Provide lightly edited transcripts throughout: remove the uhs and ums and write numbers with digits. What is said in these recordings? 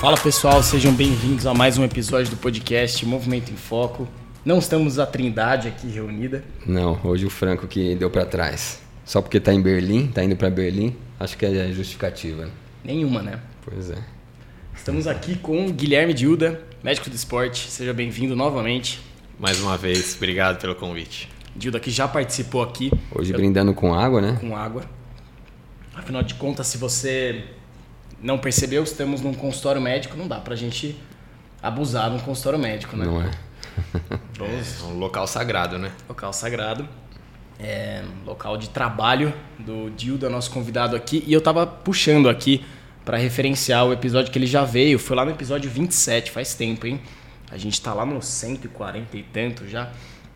Fala pessoal, sejam bem-vindos a mais um episódio do podcast Movimento em Foco. Não estamos a Trindade aqui reunida. Não, hoje o Franco que deu pra trás. Só porque tá em Berlim, tá indo pra Berlim, acho que é justificativa. Nenhuma, né? Pois é. Estamos aqui com Guilherme Dilda, médico do esporte. Seja bem-vindo novamente. Mais uma vez, obrigado pelo convite. Dilda que já participou aqui. Hoje brindando com água, né? Com água. Afinal de contas, se você não percebeu, estamos num consultório médico, não dá pra gente abusar num consultório médico, né? Não é? É um local sagrado, né? Local sagrado. Local de trabalho do Dilda, nosso convidado aqui. E eu tava puxando aqui para referenciar o episódio que ele já veio. Foi lá no episódio 27, faz tempo, hein? A gente tá lá no 140 e tanto já.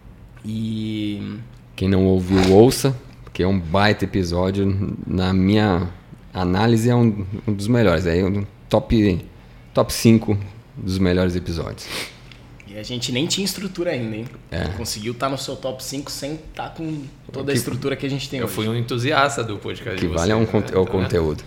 E quem não ouviu, ouça, porque é um baita episódio. Na minha análise é um dos melhores. É um top 5 dos melhores episódios. E a gente nem tinha estrutura ainda, hein? É. Conseguiu estar no seu top 5 sem estar com toda a estrutura que a gente tem eu hoje. Eu fui um entusiasta do podcast que de vale vocês, é o conteúdo.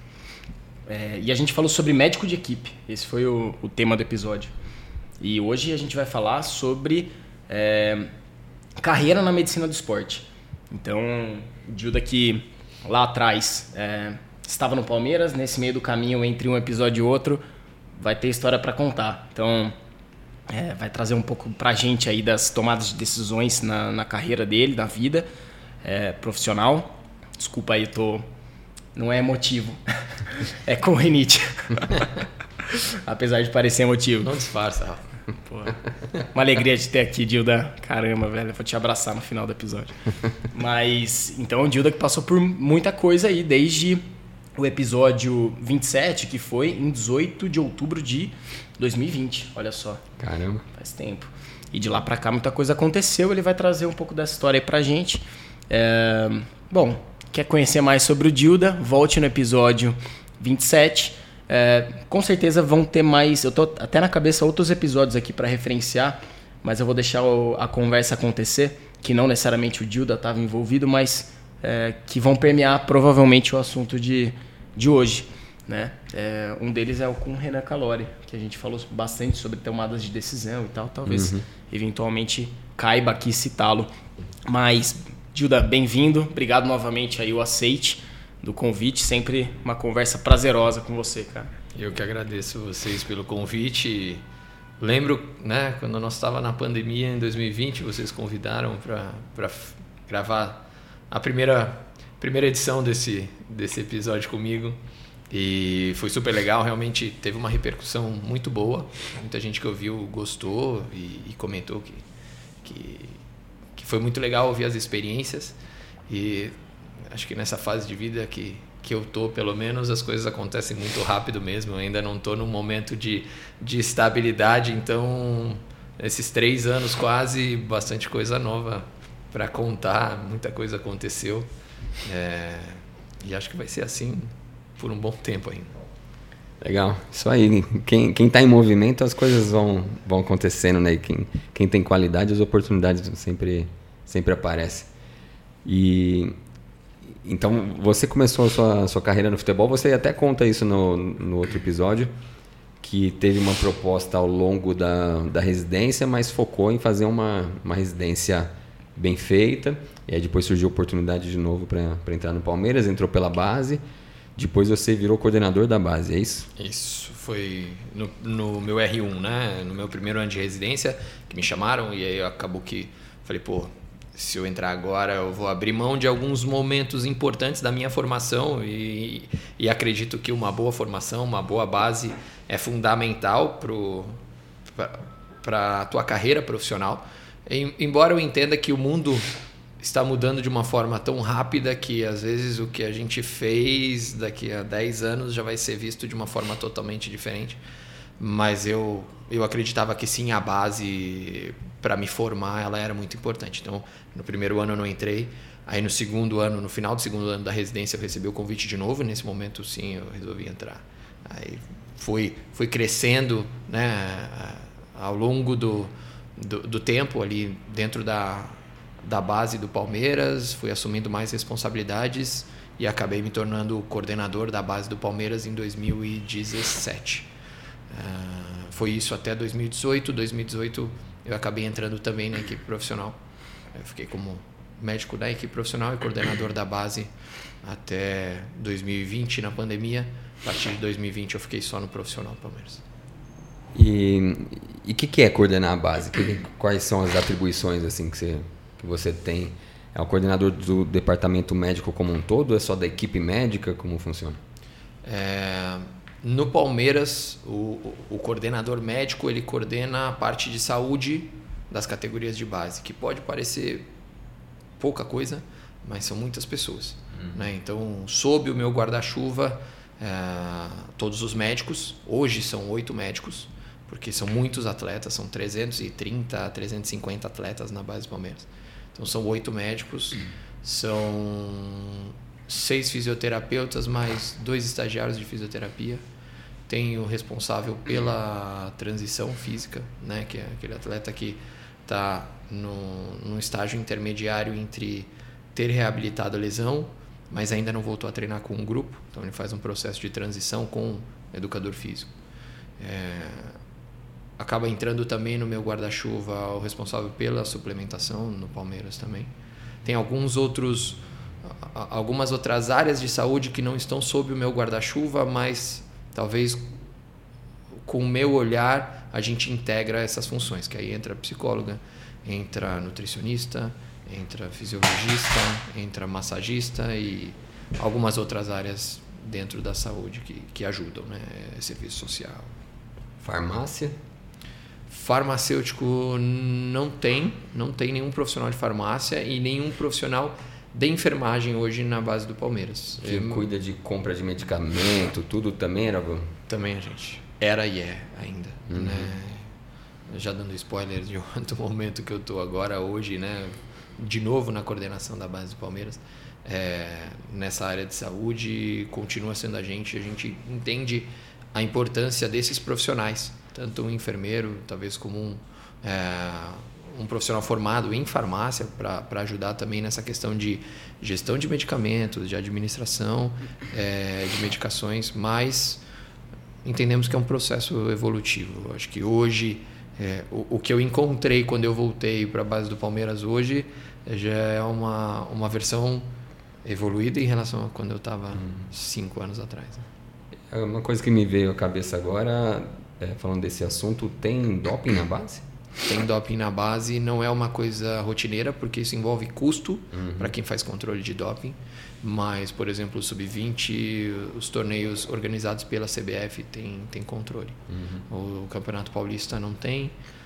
E a gente falou sobre médico de equipe. Esse foi o tema do episódio. E hoje a gente vai falar sobre carreira na medicina do esporte. Então, o Dilda que lá atrás estava no Palmeiras, nesse meio do caminho entre um episódio e outro, vai ter história para contar. Então, vai trazer um pouco pra gente aí das tomadas de decisões na carreira dele, na vida profissional. Desculpa aí, não é emotivo, é com rinite. Apesar de parecer emotivo. Não disfarça, Rafa. Porra. Uma alegria de ter aqui, Dilda. Caramba, velho, eu vou te abraçar no final do episódio. Mas, então, o Dilda que passou por muita coisa aí, desde o episódio 27, que foi em 18 de outubro de 2020, olha só. Caramba. Faz tempo. E de lá pra cá muita coisa aconteceu, ele vai trazer um pouco dessa história aí pra gente. Bom, quer conhecer mais sobre o Dilda? Volte no episódio 27. Com certeza vão ter mais, eu tô até na cabeça outros episódios aqui pra referenciar, mas eu vou deixar a conversa acontecer, que não necessariamente o Dilda estava envolvido, mas que vão permear provavelmente o assunto de hoje, né? Um deles é com o Renan Calori, que a gente falou bastante sobre tomadas de decisão e tal, talvez eventualmente caiba aqui citá-lo. Mas, Dilda, bem-vindo, obrigado novamente aí o aceite do convite, sempre uma conversa prazerosa com você, cara. Eu que agradeço vocês pelo convite. Lembro, né, quando nós estávamos na pandemia em 2020, vocês convidaram para gravar a primeira edição desse episódio comigo. E foi super legal, realmente teve uma repercussão muito boa. Muita gente que ouviu gostou e comentou que foi muito legal ouvir as experiências. E acho que nessa fase de vida que eu tô, pelo menos, as coisas acontecem muito rápido mesmo. Eu ainda não tô num momento de estabilidade, então esses 3 anos quase, bastante coisa nova para contar, muita coisa aconteceu. E acho que vai ser assim por um bom tempo ainda. Legal, isso aí. Quem tá em movimento, as coisas vão acontecendo, né? E quem tem qualidade, as oportunidades sempre aparecem. E então, você começou a sua carreira no futebol, você até conta isso no outro episódio, que teve uma proposta ao longo da residência, mas focou em fazer uma residência bem feita, e aí depois surgiu a oportunidade de novo para entrar no Palmeiras, entrou pela base, depois você virou coordenador da base, é isso? Isso, foi no meu R1, né? No meu primeiro ano de residência, que me chamaram, e aí acabou que falei, se eu entrar agora, eu vou abrir mão de alguns momentos importantes da minha formação e acredito que uma boa formação, uma boa base é fundamental para a tua carreira profissional. Embora eu entenda que o mundo está mudando de uma forma tão rápida que às vezes o que a gente fez daqui a 10 anos já vai ser visto de uma forma totalmente diferente. Mas eu acreditava que sim, a base para me formar ela era muito importante. Então, no primeiro ano eu não entrei. Aí no final do segundo ano da residência eu recebi o convite de novo. Nesse momento, sim, eu resolvi entrar. Aí fui crescendo, né, ao longo do tempo ali dentro da base do Palmeiras. Fui assumindo mais responsabilidades e acabei me tornando coordenador da base do Palmeiras em 2017. Foi isso até 2018. 2018 eu acabei entrando também na equipe profissional. Eu fiquei como médico da equipe profissional e coordenador da base até 2020, na pandemia. A partir de 2020 eu fiquei só no profissional do Palmeiras. E o que é coordenar a base? Quais são as atribuições assim que você tem? É o coordenador do departamento médico como um todo? É só da equipe médica? Como funciona? No Palmeiras, o coordenador médico ele coordena a parte de saúde das categorias de base, que pode parecer pouca coisa, mas são muitas pessoas. Né? Então, sob o meu guarda-chuva, todos os médicos, hoje são 8 médicos, porque são muitos atletas, são 330, 350 atletas na base do Palmeiras. Então são 8 médicos, são 6 fisioterapeutas, mais 2 estagiários de fisioterapia. Tem o responsável pela transição física, né, que é aquele atleta que está num estágio intermediário entre ter reabilitado a lesão, mas ainda não voltou a treinar com um grupo. Então ele faz um processo de transição com um educador físico. Acaba entrando também no meu guarda-chuva o responsável pela suplementação no Palmeiras também. Tem algumas outras áreas de saúde que não estão sob o meu guarda-chuva, mas talvez com o meu olhar a gente integra essas funções, que aí entra psicóloga, entra nutricionista, entra fisiologista, entra massagista e algumas outras áreas dentro da saúde que ajudam, né? Serviço social. Farmácia? Farmacêutico não tem nenhum profissional de farmácia e nenhum profissional de enfermagem hoje na base do Palmeiras. Que cuida de compra de medicamento, tudo também era bom? Também a gente era e é ainda. Né? Já dando spoiler de outro momento que eu estou agora hoje, né? De novo na coordenação da base do Palmeiras. Nessa área de saúde continua sendo a gente entende a importância desses profissionais, tanto um enfermeiro, talvez como um profissional formado em farmácia, para ajudar também nessa questão de gestão de medicamentos, de administração de medicações, mas entendemos que é um processo evolutivo. Acho que hoje, o que eu encontrei quando eu voltei para a base do Palmeiras hoje já é uma versão evoluída em relação a quando eu estava 5 anos atrás. Uma coisa que me veio à cabeça agora, falando desse assunto, tem doping na base? Tem doping na base, não é uma coisa rotineira, porque isso envolve custo para quem faz controle de doping. Mas, por exemplo, o Sub-20, os torneios organizados pela CBF tem controle. O Campeonato Paulista não tem.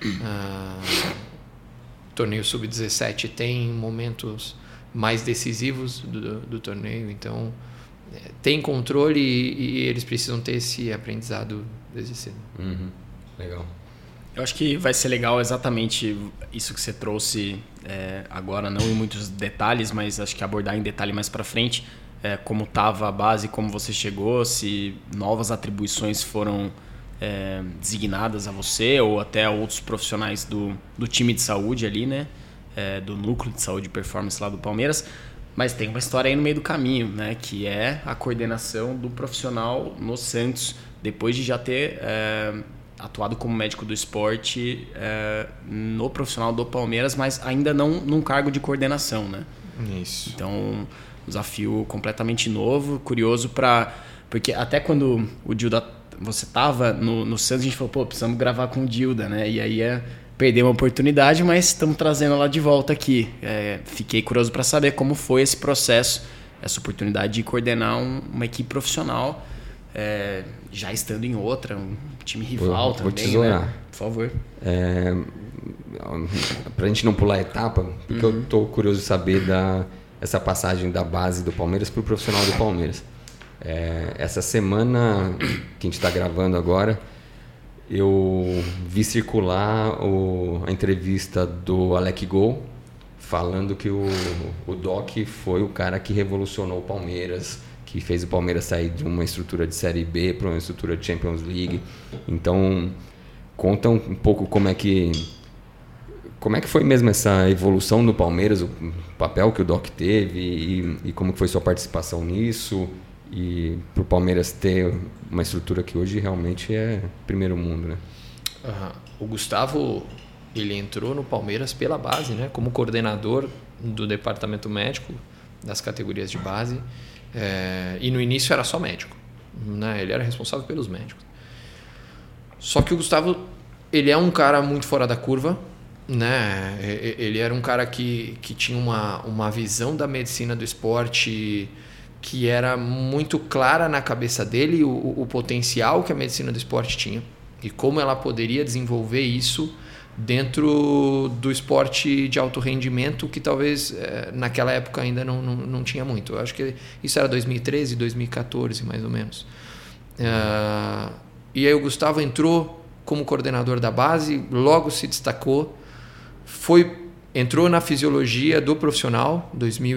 O torneio Sub-17 tem momentos mais decisivos do torneio, então tem controle e eles precisam ter esse aprendizado desde cedo. Legal. Eu acho que vai ser legal exatamente isso que você trouxe agora, não em muitos detalhes, mas acho que abordar em detalhe mais para frente, como estava a base, como você chegou, se novas atribuições foram designadas a você ou até a outros profissionais do time de saúde ali, né? Do núcleo de saúde e performance lá do Palmeiras. Mas tem uma história aí no meio do caminho, né? Que é a coordenação do profissional no Santos, depois de já ter atuado como médico do esporte no profissional do Palmeiras, mas ainda não num cargo de coordenação, né? Isso. Então, um desafio completamente novo, curioso porque até quando o Dilda, você estava no Santos, a gente falou, precisamos gravar com o Dilda, né? E aí perdeu uma oportunidade, mas estamos trazendo ela de volta aqui. Fiquei curioso para saber como foi esse processo, essa oportunidade de coordenar uma equipe profissional, já estando em outra, um time rival também. Vou tesourar. Né? Por favor. Para a gente não pular a etapa, porque eu estou curioso de saber essa passagem da base do Palmeiras para o profissional do Palmeiras. Essa semana que a gente está gravando agora, eu vi circular a entrevista do Alec Gol falando que o Doc foi o cara que revolucionou o Palmeiras, que fez o Palmeiras sair de uma estrutura de Série B para uma estrutura de Champions League. Então, conta um pouco como é que foi mesmo essa evolução no Palmeiras, o papel que o Doc teve e como foi sua participação nisso E para o Palmeiras ter uma estrutura que hoje realmente é primeiro mundo, né? O Gustavo, ele entrou no Palmeiras pela base, né? Como coordenador do departamento médico das categorias de base. E no início era só médico, né? Ele era responsável pelos médicos. Só que o Gustavo, ele é um cara muito fora da curva, né? Ele era um cara que tinha uma visão da medicina do esporte que era muito clara na cabeça dele, o potencial que a medicina do esporte tinha e como ela poderia desenvolver isso dentro do esporte de alto rendimento, que talvez naquela época ainda não tinha muito. Eu acho que isso era 2013, 2014, mais ou menos. E aí o Gustavo entrou como coordenador da base, logo se destacou, entrou na fisiologia do profissional,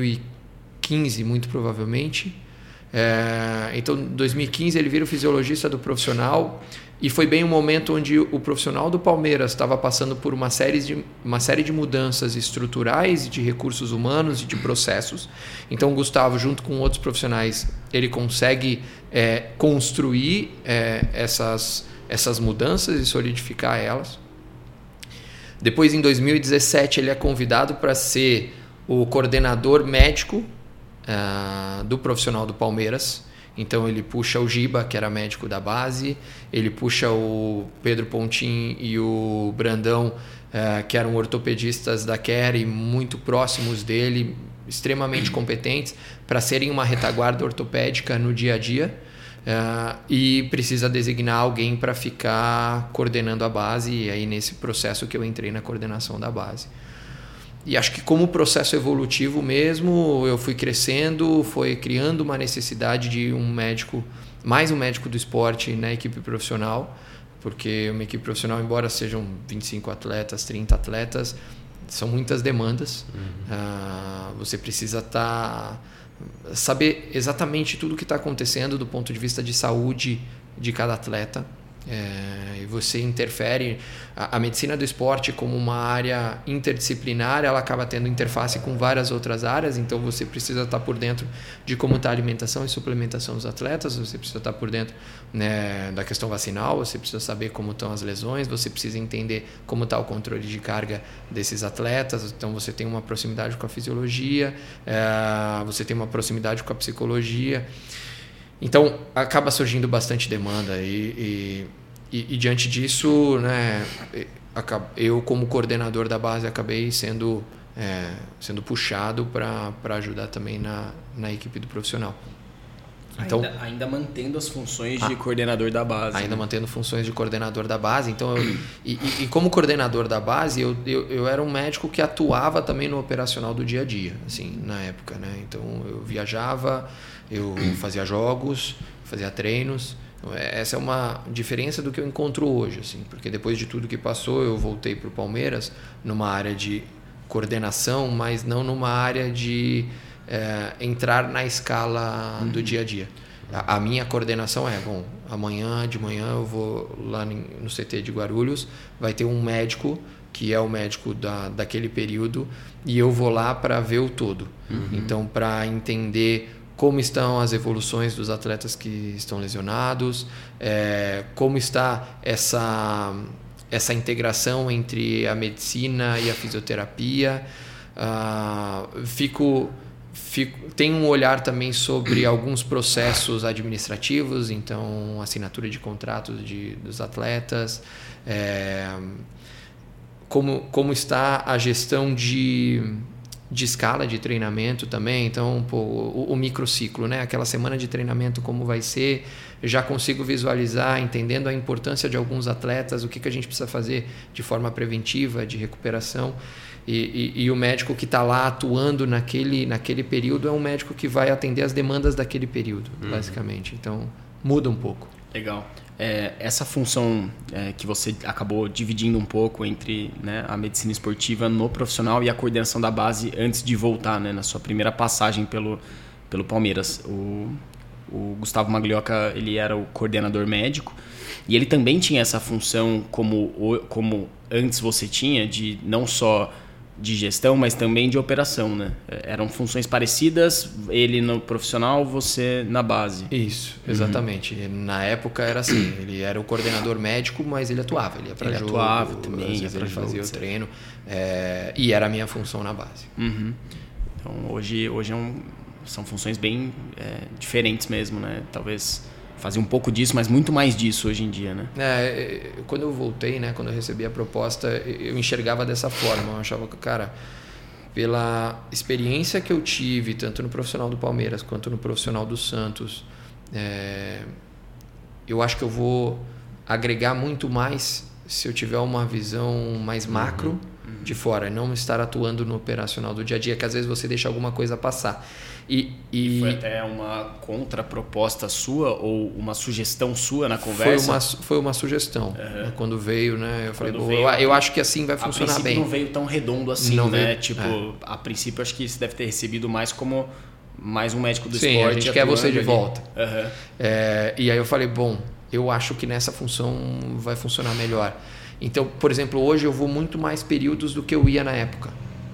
2015 muito provavelmente. Então em 2015 ele vira o fisiologista do profissional, e foi bem um momento onde o profissional do Palmeiras estava passando por uma série de mudanças estruturais, de recursos humanos e de processos. Então o Gustavo, junto com outros profissionais, ele consegue construir essas mudanças e solidificar elas. Depois, em 2017, ele é convidado para ser o coordenador médico do profissional do Palmeiras. Então ele puxa o Giba, que era médico da base, ele puxa o Pedro Pontin e o Brandão, que eram ortopedistas da Care, muito próximos dele, extremamente competentes, para serem uma retaguarda ortopédica no dia a dia. E precisa designar alguém para ficar coordenando a base, e aí nesse processo que eu entrei na coordenação da base. E acho que como processo evolutivo mesmo, eu fui crescendo, foi criando uma necessidade de mais um médico do esporte na equipe profissional, porque uma equipe objetivo, embora sejam 25 atletas, 30 atletas, são muitas demandas. Você precisa saber exatamente tudo o que está acontecendo do ponto de vista de saúde de cada atleta. E você interfere. A medicina do esporte, como uma área interdisciplinar, ela acaba tendo interface com várias outras áreas, então você precisa estar por dentro de como está a alimentação e suplementação dos atletas, você precisa estar por dentro, né, da questão vacinal, você precisa saber como estão as lesões, você precisa entender como está o controle de carga desses atletas, então você tem uma proximidade com a fisiologia, você tem uma proximidade com a psicologia. Então acaba surgindo bastante demanda e diante disso, né, eu como coordenador da base acabei sendo puxado para ajudar também na equipe do profissional. Então, ainda mantendo as funções de coordenador da base. Ainda mantendo funções de coordenador da base. Então, como coordenador da base, eu era um médico que atuava também no operacional do dia a dia, assim, na época, né? Então eu viajava, eu fazia jogos, fazia treinos. Essa é uma diferença do que eu encontro hoje, assim, porque depois de tudo que passou, eu voltei para o Palmeiras numa área de coordenação, mas não numa área de entrar na escala do dia a dia. A minha coordenação amanhã de manhã eu vou lá no CT de Guarulhos, vai ter um médico que é o médico daquele período, e eu vou lá para ver o todo. Então, para entender como estão as evoluções dos atletas que estão lesionados, como está essa integração entre a medicina e a fisioterapia. Tem um olhar também sobre alguns processos administrativos, então assinatura de contratos dos atletas, como está a gestão de escala de treinamento também, então o microciclo, né? Aquela semana de treinamento, como vai ser, eu já consigo visualizar, entendendo a importância de alguns atletas, o que a gente precisa fazer de forma preventiva, de recuperação. E o médico que está lá atuando naquele período é um médico que vai atender as demandas daquele período, basicamente. Então, muda um pouco. Legal. Essa função que você acabou dividindo um pouco entre, né, a medicina esportiva no profissional e a coordenação da base antes de voltar, né, na sua primeira passagem pelo Palmeiras. O Gustavo Maglioca, ele era o coordenador médico e ele também tinha essa função como antes você tinha, de não só de gestão, mas também de operação, né? Eram funções parecidas, ele no profissional, você na base. Isso, exatamente. Na época era assim, ele era o coordenador médico, mas ele atuava, ele ia para jogo. Ele atuava também, às vezes ele fazia o treino, e era a minha função na base. Então hoje são funções bem diferentes mesmo, né? Talvez fazia um pouco disso, mas muito mais disso hoje em dia, né? Quando eu voltei, né, quando eu recebi a proposta, eu enxergava dessa forma. Eu achava que, cara, pela experiência que eu tive, tanto no profissional do Palmeiras quanto no profissional do Santos, eu acho que eu vou agregar muito mais se eu tiver uma visão mais macro de fora, não estar atuando no operacional do dia a dia, que às vezes você deixa alguma coisa passar. E foi até uma contraproposta sua ou uma sugestão sua na conversa? Foi uma sugestão. Quando veio, né? Eu falei, eu acho que assim vai funcionar bem. Não veio tão redondo assim, não né? Veio, a princípio, acho que você deve ter recebido mais como mais um médico do esporte. Sim, a gente quer você de volta. Uhum. E aí eu falei, bom, eu acho que nessa função vai funcionar melhor. Então, por exemplo, hoje eu vou muito mais períodos do que eu ia na época.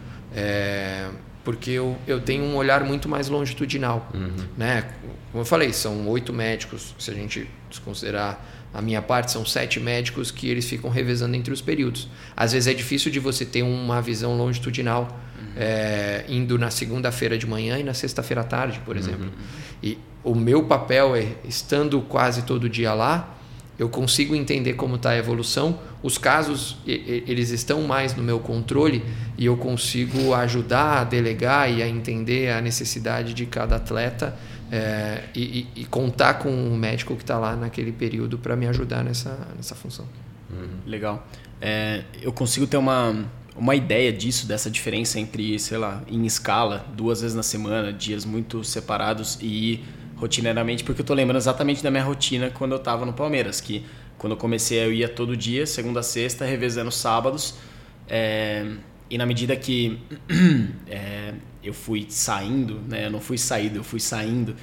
Porque eu tenho um olhar muito mais longitudinal. Né? Como eu falei, são 8 médicos. Se a gente desconsiderar a minha parte, são 7 médicos que eles ficam revezando entre os períodos. Às vezes é difícil de você ter uma visão longitudinal indo na segunda-feira de manhã e na sexta-feira à tarde, por exemplo. E o meu papel estando quase todo dia lá, eu consigo entender como está a evolução. Os casos, eles estão mais no meu controle e eu consigo ajudar a delegar e a entender a necessidade de cada atleta e contar com o médico que está lá naquele período para me ajudar nessa função. Legal. Eu consigo ter uma ideia disso, dessa diferença entre, sei lá, em escala, 2 vezes na semana, dias muito separados e rotineiramente, porque eu tô lembrando exatamente da minha rotina quando eu tava no Palmeiras, que quando eu comecei eu ia todo dia, segunda a sexta, revezando sábados, e na medida que eu fui saindo, né, eu não fui saído, eu fui saindo,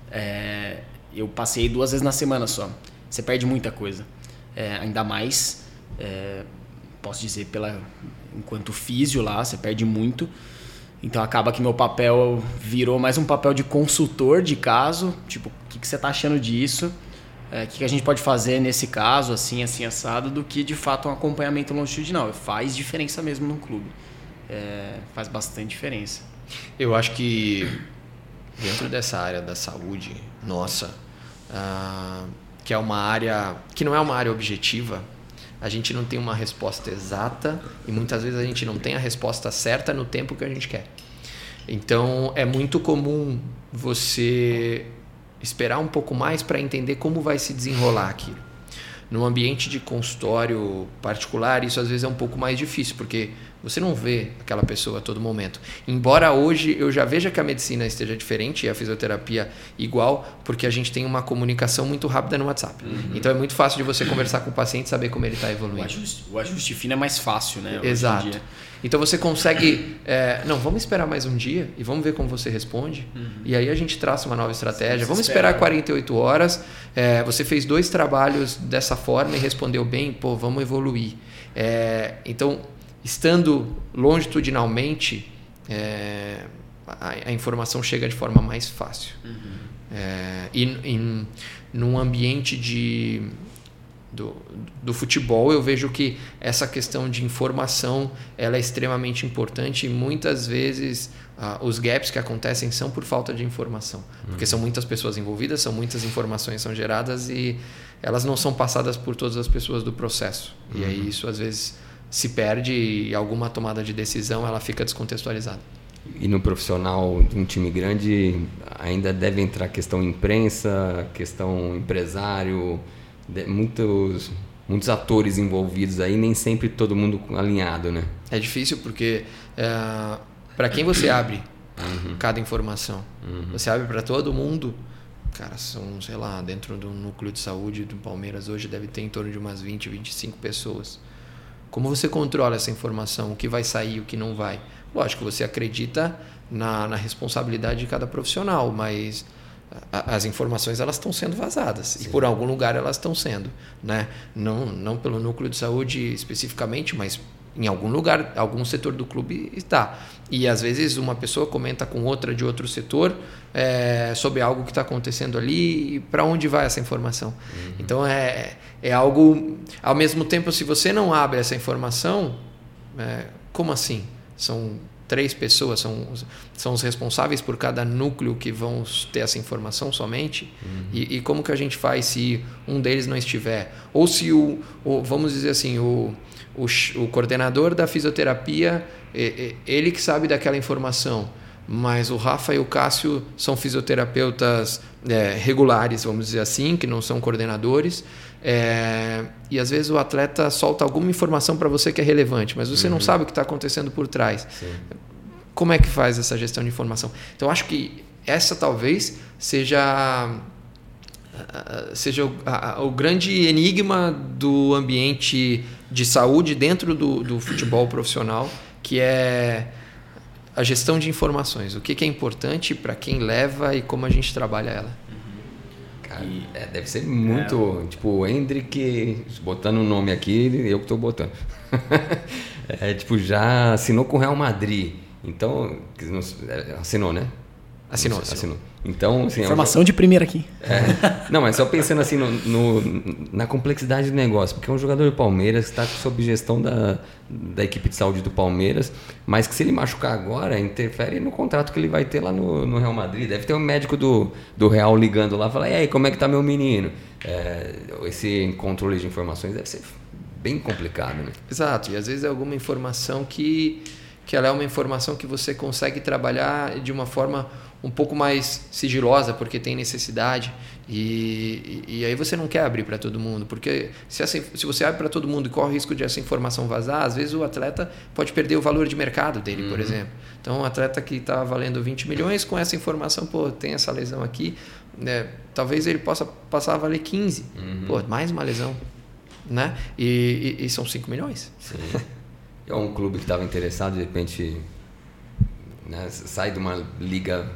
eu passei 2 vezes na semana só. Você perde muita coisa, ainda mais, posso dizer, enquanto físio lá, você perde muito. Então acaba que meu papel virou mais um papel de consultor de caso, tipo, o que você está achando disso, o que a gente pode fazer nesse caso, assim, assim, assado, do que de fato um acompanhamento longitudinal. Faz diferença mesmo no clube, faz bastante diferença. Eu acho que dentro dessa área da saúde, nossa, que é uma área que não é uma área objetiva, a gente não tem uma resposta exata e muitas vezes a gente não tem a resposta certa no tempo que a gente quer. Então é muito comum você esperar um pouco mais para entender como vai se desenrolar aquilo. No ambiente de consultório particular, isso às vezes é um pouco mais difícil, porque você não vê aquela pessoa a todo momento. Embora hoje eu já veja que a medicina esteja diferente e a fisioterapia igual, porque a gente tem uma comunicação muito rápida no WhatsApp. Então é muito fácil de você conversar com o paciente e saber como ele está evoluindo. O ajuste fino é mais fácil, né? Exato. Hoje em dia. Então você consegue... não, vamos esperar mais um dia e vamos ver como você responde. E aí a gente traça uma nova estratégia. Vamos esperar 48 horas. Você fez 2 trabalhos dessa forma e respondeu bem. Pô, vamos evoluir. Então, estando longitudinalmente, a informação chega de forma mais fácil. E num ambiente do futebol, eu vejo que essa questão de informação ela é extremamente importante e muitas vezes os gaps que acontecem são por falta de informação, porque são muitas pessoas envolvidas, são muitas informações são geradas e elas não são passadas por todas as pessoas do processo. E aí isso às vezes se perde e alguma tomada de decisão ela fica descontextualizada. E no profissional de um time grande ainda deve entrar a questão imprensa, questão empresário, muitos atores envolvidos aí, nem sempre todo mundo alinhado, né? É difícil porque para quem você abre cada informação? Você abre para todo mundo? Cara, são, sei lá, dentro do núcleo de saúde do Palmeiras hoje deve ter em torno de umas 20, 25 pessoas. Como você controla essa informação? O que vai sair, o que não vai? Lógico, você acredita na responsabilidade de cada profissional, mas as informações elas estão sendo vazadas. Sim. E por algum lugar elas estão sendo, né? Não pelo núcleo de saúde especificamente, mas Em algum lugar, algum setor do clube está. E às vezes uma pessoa comenta com outra de outro setor sobre algo que está acontecendo ali e para onde vai essa informação. Então é algo... Ao mesmo tempo, se você não abre essa informação, como assim? São 3 pessoas, são os responsáveis por cada núcleo que vão ter essa informação somente. E como que a gente faz se um deles não estiver? Ou se vamos dizer assim, o coordenador da fisioterapia, ele que sabe daquela informação, mas o Rafa e o Cássio são fisioterapeutas regulares, vamos dizer assim, que não são coordenadores, e às vezes o atleta solta alguma informação para você que é relevante, mas você não sabe o que está acontecendo por trás. Sim. Como é que faz essa gestão de informação? Então, acho que essa talvez seja o grande enigma do ambiente de saúde dentro do futebol profissional, que é a gestão de informações. O que é importante para quem leva e como a gente trabalha ela. Cara, deve ser muito... Tipo, o Hendrick, botando o nome aqui, eu que estou botando. Já assinou com o Real Madrid. Então, assinou, né? Assinou. Então, assim, informação de primeira aqui. Não, mas só pensando assim na complexidade do negócio, porque é um jogador do Palmeiras que está sob gestão da equipe de saúde do Palmeiras, mas que se ele machucar agora, interfere no contrato que ele vai ter lá no Real Madrid. Deve ter um médico do Real ligando lá e falar: e aí, como é que tá meu menino? Esse controle de informações deve ser bem complicado, né? Exato, e às vezes é alguma informação que ela é uma informação que você consegue trabalhar de uma forma um pouco mais sigilosa, porque tem necessidade, e aí você não quer abrir para todo mundo, porque se você abre para todo mundo e corre o risco de essa informação vazar, às vezes o atleta pode perder o valor de mercado dele, por exemplo. Então, um atleta que está valendo 20 milhões, com essa informação, tem essa lesão aqui, talvez ele possa passar a valer 15, mais uma lesão, né? E são 5 milhões. Sim. É um clube que estava interessado, de repente, né, sai de uma liga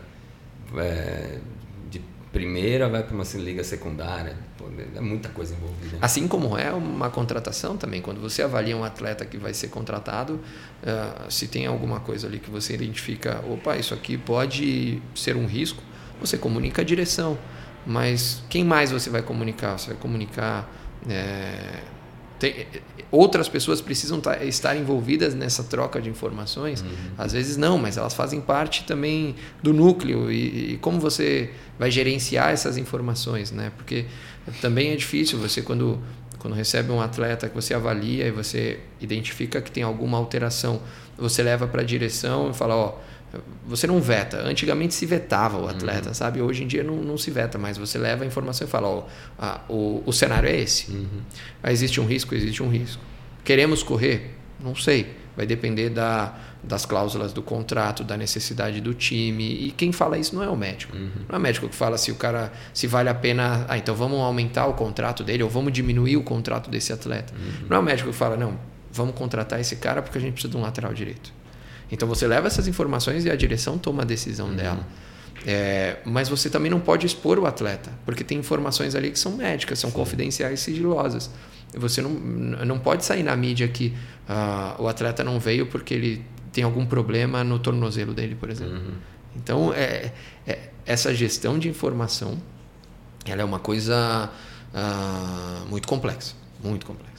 de primeira, vai para uma liga secundária. É muita coisa envolvida. Assim como é uma contratação também. Quando você avalia um atleta que vai ser contratado, se tem alguma coisa ali que você identifica, isso aqui pode ser um risco, você comunica a direção. Mas quem mais você vai comunicar? Você vai comunicar... outras pessoas precisam estar envolvidas nessa troca de informações. Às vezes não, mas elas fazem parte também do núcleo. E como você vai gerenciar essas informações, né? Porque também é difícil você, quando recebe um atleta que você avalia e você identifica que tem alguma alteração, você leva para a direção e fala: você não veta. Antigamente se vetava o atleta, sabe? Hoje em dia não se veta mais. Você leva a informação e fala: o cenário é esse. Existe um risco? Existe um risco. Queremos correr? Não sei. Vai depender das cláusulas do contrato, da necessidade do time. E quem fala isso não é o médico. Não é o médico que fala se vale a pena... então vamos aumentar o contrato dele ou vamos diminuir o contrato desse atleta. Não é o médico que fala: não, vamos contratar esse cara porque a gente precisa de um lateral direito. Então você leva essas informações e a direção toma a decisão dela. Mas você também não pode expor o atleta, porque tem informações ali que são médicas, são confidenciais e sigilosas. Você não pode sair na mídia que o atleta não veio porque ele tem algum problema no tornozelo dele, por exemplo. Então, essa gestão de informação, ela é uma coisa muito complexa, muito complexa.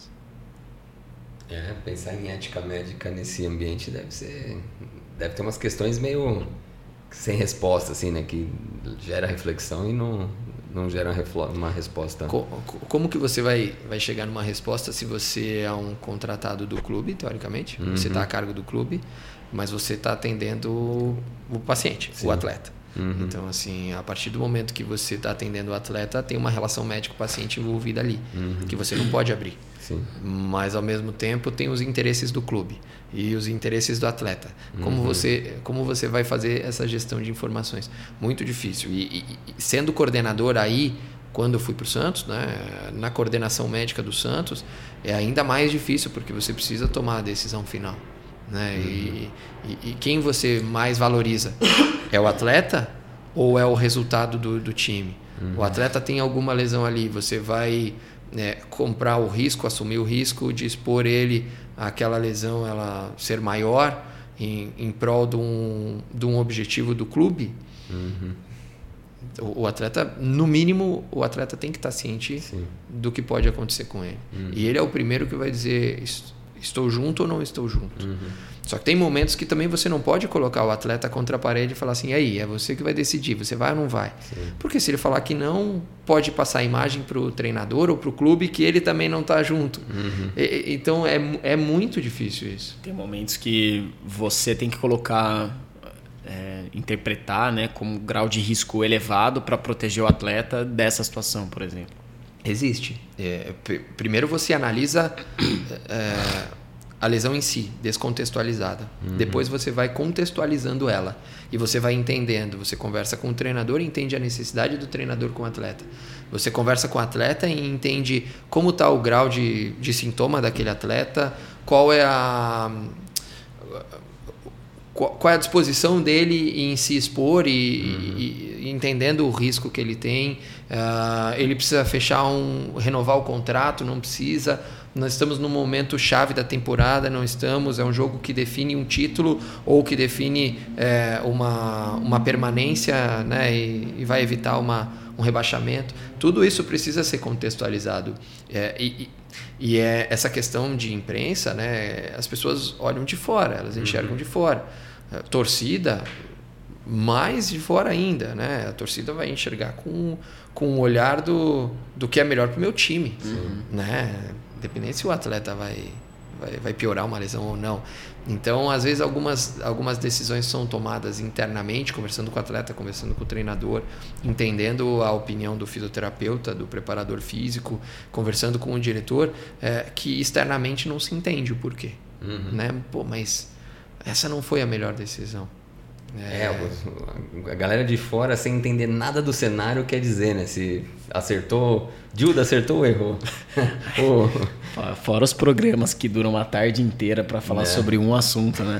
Pensar em ética médica nesse ambiente deve ter umas questões meio sem resposta, assim, né? Que gera reflexão e não gera uma resposta. Como que você vai chegar numa resposta se você é um contratado do clube, teoricamente? Você está a cargo do clube, mas você está atendendo o paciente, o atleta. Então, assim, a partir do momento que você está atendendo o atleta, tem uma relação médico-paciente envolvida ali, que você não pode abrir. Sim. Mas, ao mesmo tempo, tem os interesses do clube e os interesses do atleta. Como você vai fazer essa gestão de informações? Muito difícil. E sendo coordenador aí, quando eu fui para o Santos, né, na coordenação médica do Santos, é ainda mais difícil, porque você precisa tomar a decisão final. Né? E quem você mais valoriza? É o atleta ou é o resultado do time? O atleta tem alguma lesão ali, você vai comprar o risco, assumir o risco de expor ele àquela lesão ela ser maior em prol de um objetivo do clube. O atleta, no mínimo, o atleta tem que estar ciente do que pode acontecer com ele. E ele é o primeiro que vai dizer estou junto ou não estou junto. Só que tem momentos que também você não pode colocar o atleta contra a parede e falar assim, aí, é você que vai decidir, você vai ou não vai. Porque se ele falar que não, pode passar a imagem para o treinador ou para o clube que ele também não está junto. Então é muito difícil isso. Tem momentos que você tem que colocar, interpretar, né, como grau de risco elevado para proteger o atleta dessa situação, por exemplo. Existe. Primeiro você analisa a lesão em si, descontextualizada. Depois você vai contextualizando ela e você vai entendendo. Você conversa com o treinador e entende a necessidade do treinador com o atleta. Você conversa com o atleta e entende como está o grau de sintoma daquele atleta, qual é a disposição dele em se expor e entendendo o risco que ele tem. Ele precisa renovar o contrato, não precisa. Nós estamos num momento chave da temporada, não estamos. É um jogo que define um título ou que define uma permanência, né, e vai evitar um rebaixamento. Tudo isso precisa ser contextualizado. Essa questão de imprensa, né, as pessoas olham de fora, elas enxergam de fora. Torcida, mais de fora ainda, né? A torcida vai enxergar com o olhar do que é melhor para o meu time, né? Independente se o atleta vai piorar uma lesão ou não. Então, às vezes, algumas decisões são tomadas internamente, conversando com o atleta, conversando com o treinador, entendendo a opinião do fisioterapeuta, do preparador físico, conversando com o diretor, que externamente não se entende o porquê. Né? Pô, mas essa não foi a melhor decisão. A galera de fora, sem entender nada do cenário, quer dizer, né? Se acertou, Dilda acertou ou errou? Fora os programas que duram uma tarde inteira para falar sobre um assunto, né?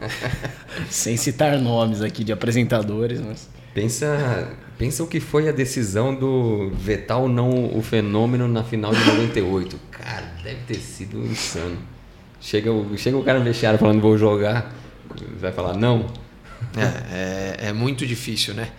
Sem citar nomes aqui de apresentadores, mas... Pensa o que foi a decisão do vetar ou não o Fenômeno na final de 98. Cara, deve ter sido insano. Chega o cara no vestiário falando vou jogar, vai falar não. É muito difícil, né?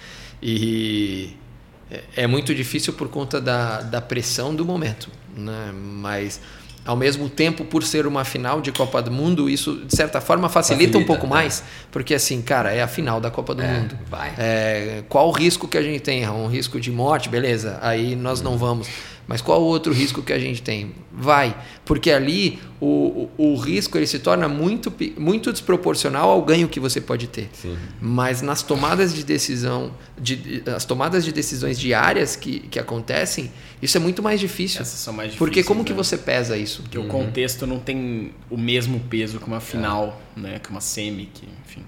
E é muito difícil por conta da pressão do momento, né? Mas ao mesmo tempo, por ser uma final de Copa do Mundo, isso de certa forma facilita um pouco mais, porque assim, cara, é a final da Copa do Mundo. Qual o risco que a gente tem? Um risco de morte, beleza, aí nós não vamos. Mas qual o outro risco que a gente tem? Porque ali o risco ele se torna muito, muito desproporcional ao ganho que você pode ter. Sim. Mas nas tomadas de decisão, as tomadas de decisões diárias que acontecem, isso é muito mais difícil. Essas são mais difíceis. Porque como que você pesa isso? Porque o contexto não tem o mesmo peso que uma final, né? Que uma semi, enfim.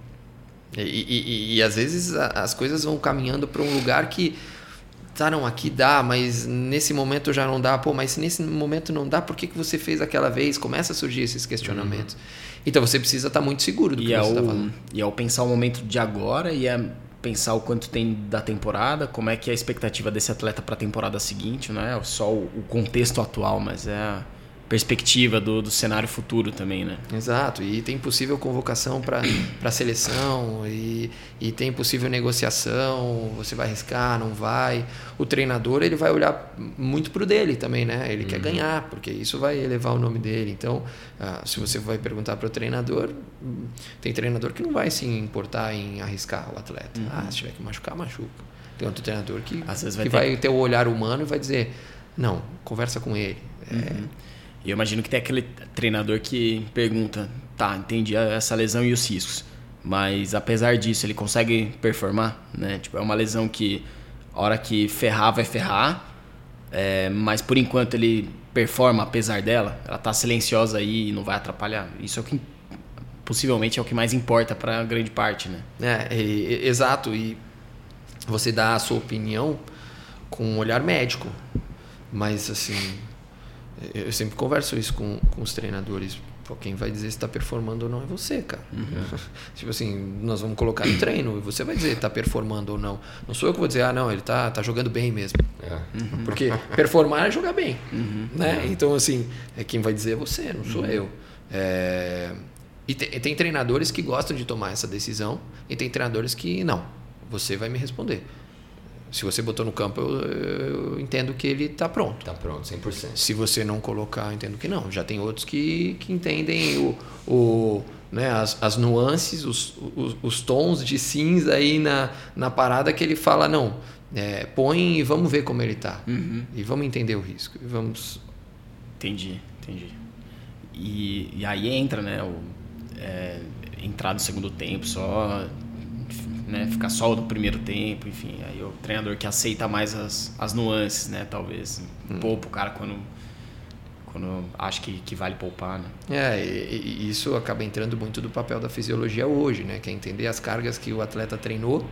E às vezes as coisas vão caminhando para um lugar que não, aqui dá, mas nesse momento já não dá. Pô, mas se nesse momento não dá, por que você fez aquela vez? Começa a surgir esses questionamentos. Então você precisa estar muito seguro do que você está falando. E ao pensar o momento de agora e pensar o quanto tem da temporada, como é que é a expectativa desse atleta para a temporada seguinte, não é só o contexto atual, mas é a perspectiva do cenário futuro também, né? Exato, e tem possível convocação para a seleção e tem possível negociação, você vai arriscar, não vai. O treinador ele vai olhar muito pro dele também, né? Ele quer ganhar, porque isso vai elevar o nome dele. Então, se você vai perguntar para o treinador, tem treinador que não vai se importar em arriscar o atleta. Se tiver que machucar, machuca. Tem outro treinador que às vezes vai ter o olhar humano e vai dizer, não, conversa com ele. E eu imagino que tem aquele treinador que pergunta, tá, entendi essa lesão e os riscos, mas apesar disso ele consegue performar, né? Tipo, é uma lesão que a hora que ferrar vai ferrar, mas por enquanto ele performa apesar dela, ela tá silenciosa aí e não vai atrapalhar. Isso é o que possivelmente é o que mais importa para grande parte, né? Exato, e você dá a sua opinião com um olhar médico, mas assim... Eu sempre converso isso com os treinadores. Pô, quem vai dizer se está performando ou não é você, cara. Tipo assim, nós vamos colocar no treino e você vai dizer se está performando ou não. Não sou eu que vou dizer, não, ele tá jogando bem mesmo. Porque performar é jogar bem. Né? Então, assim, quem vai dizer é você, não sou eu. E tem treinadores que gostam de tomar essa decisão e tem treinadores que não. Você vai me responder. Se você botou no campo, eu entendo que ele está pronto. Está pronto, 100%. Se você não colocar, eu entendo que não. Já tem outros que entendem né, as nuances, os tons de cinza aí na parada que ele fala, não, põe e vamos ver como ele está. E vamos entender o risco. E vamos... Entendi. E aí entra, né, entrar no segundo tempo só... Né, ficar só no primeiro tempo, enfim, aí o treinador que aceita mais as nuances, né, talvez poupa o cara quando acha que vale poupar, né? E isso acaba entrando muito do papel da fisiologia hoje, né, que é entender as cargas que o atleta treinou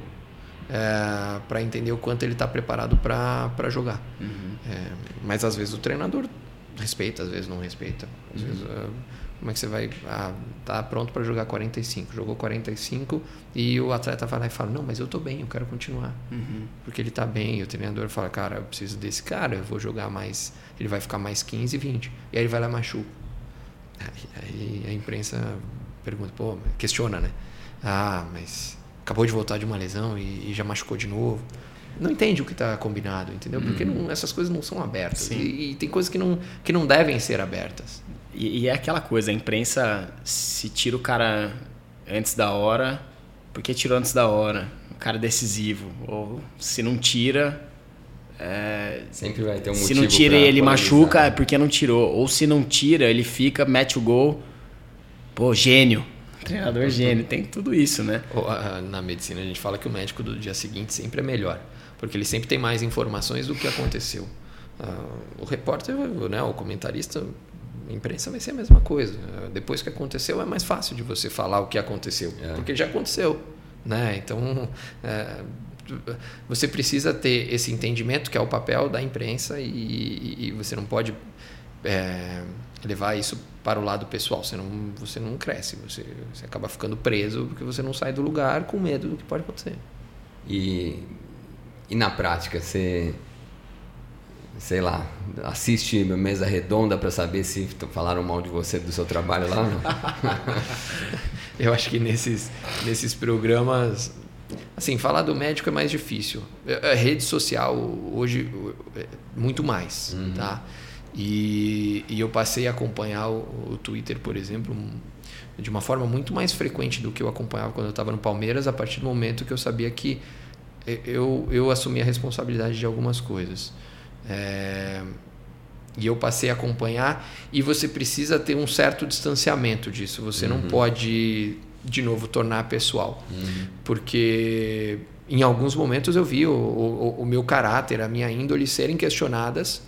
para entender o quanto ele está preparado para jogar. Mas às vezes o treinador respeita, às vezes não respeita, às vezes... Como é que você vai... tá pronto para jogar 45. Jogou 45 e o atleta vai lá e fala, não, mas eu tô bem, eu quero continuar. Porque ele tá bem. E o treinador fala, cara, eu preciso desse cara, eu vou jogar mais... Ele vai ficar mais 15, 20. E aí ele vai lá e machuca. Aí a imprensa pergunta, questiona, né? Mas acabou de voltar de uma lesão e já machucou de novo. Não entende o que está combinado, entendeu? Porque essas coisas não são abertas. E tem coisas que não devem ser abertas. E é aquela coisa, a imprensa, se tira o cara antes da hora, porque tirou antes da hora, o cara decisivo. Ou se não tira... sempre vai ter um motivo. Se não tira e ele machuca, é porque não tirou. Ou se não tira, ele fica, mete o gol. Pô, gênio. Treinador gênio. Tem tudo isso, né? Na medicina a gente fala que o médico do dia seguinte sempre é melhor. Porque ele sempre tem mais informações do que aconteceu. O repórter, né, o comentarista... A imprensa vai ser a mesma coisa. Depois que aconteceu, é mais fácil de você falar o que aconteceu. Porque já aconteceu. Né? Então, você precisa ter esse entendimento que é o papel da imprensa e você não pode levar isso para o lado pessoal. Você não cresce. Você acaba ficando preso porque você não sai do lugar com medo do que pode acontecer. E na prática, você... sei lá, assiste Mesa Redonda para saber se falaram mal de você, do seu trabalho lá? Não? Eu acho que nesses programas, assim, falar do médico é mais difícil. A rede social hoje muito mais, tá? E eu passei a acompanhar o Twitter, por exemplo, de uma forma muito mais frequente do que eu acompanhava quando eu estava no Palmeiras, a partir do momento que eu sabia que eu assumi a responsabilidade de algumas coisas. E eu passei a acompanhar, e você precisa ter um certo distanciamento disso. Você não pode, de novo, tornar pessoal. Porque em alguns momentos eu vi o meu caráter, a minha índole serem questionadas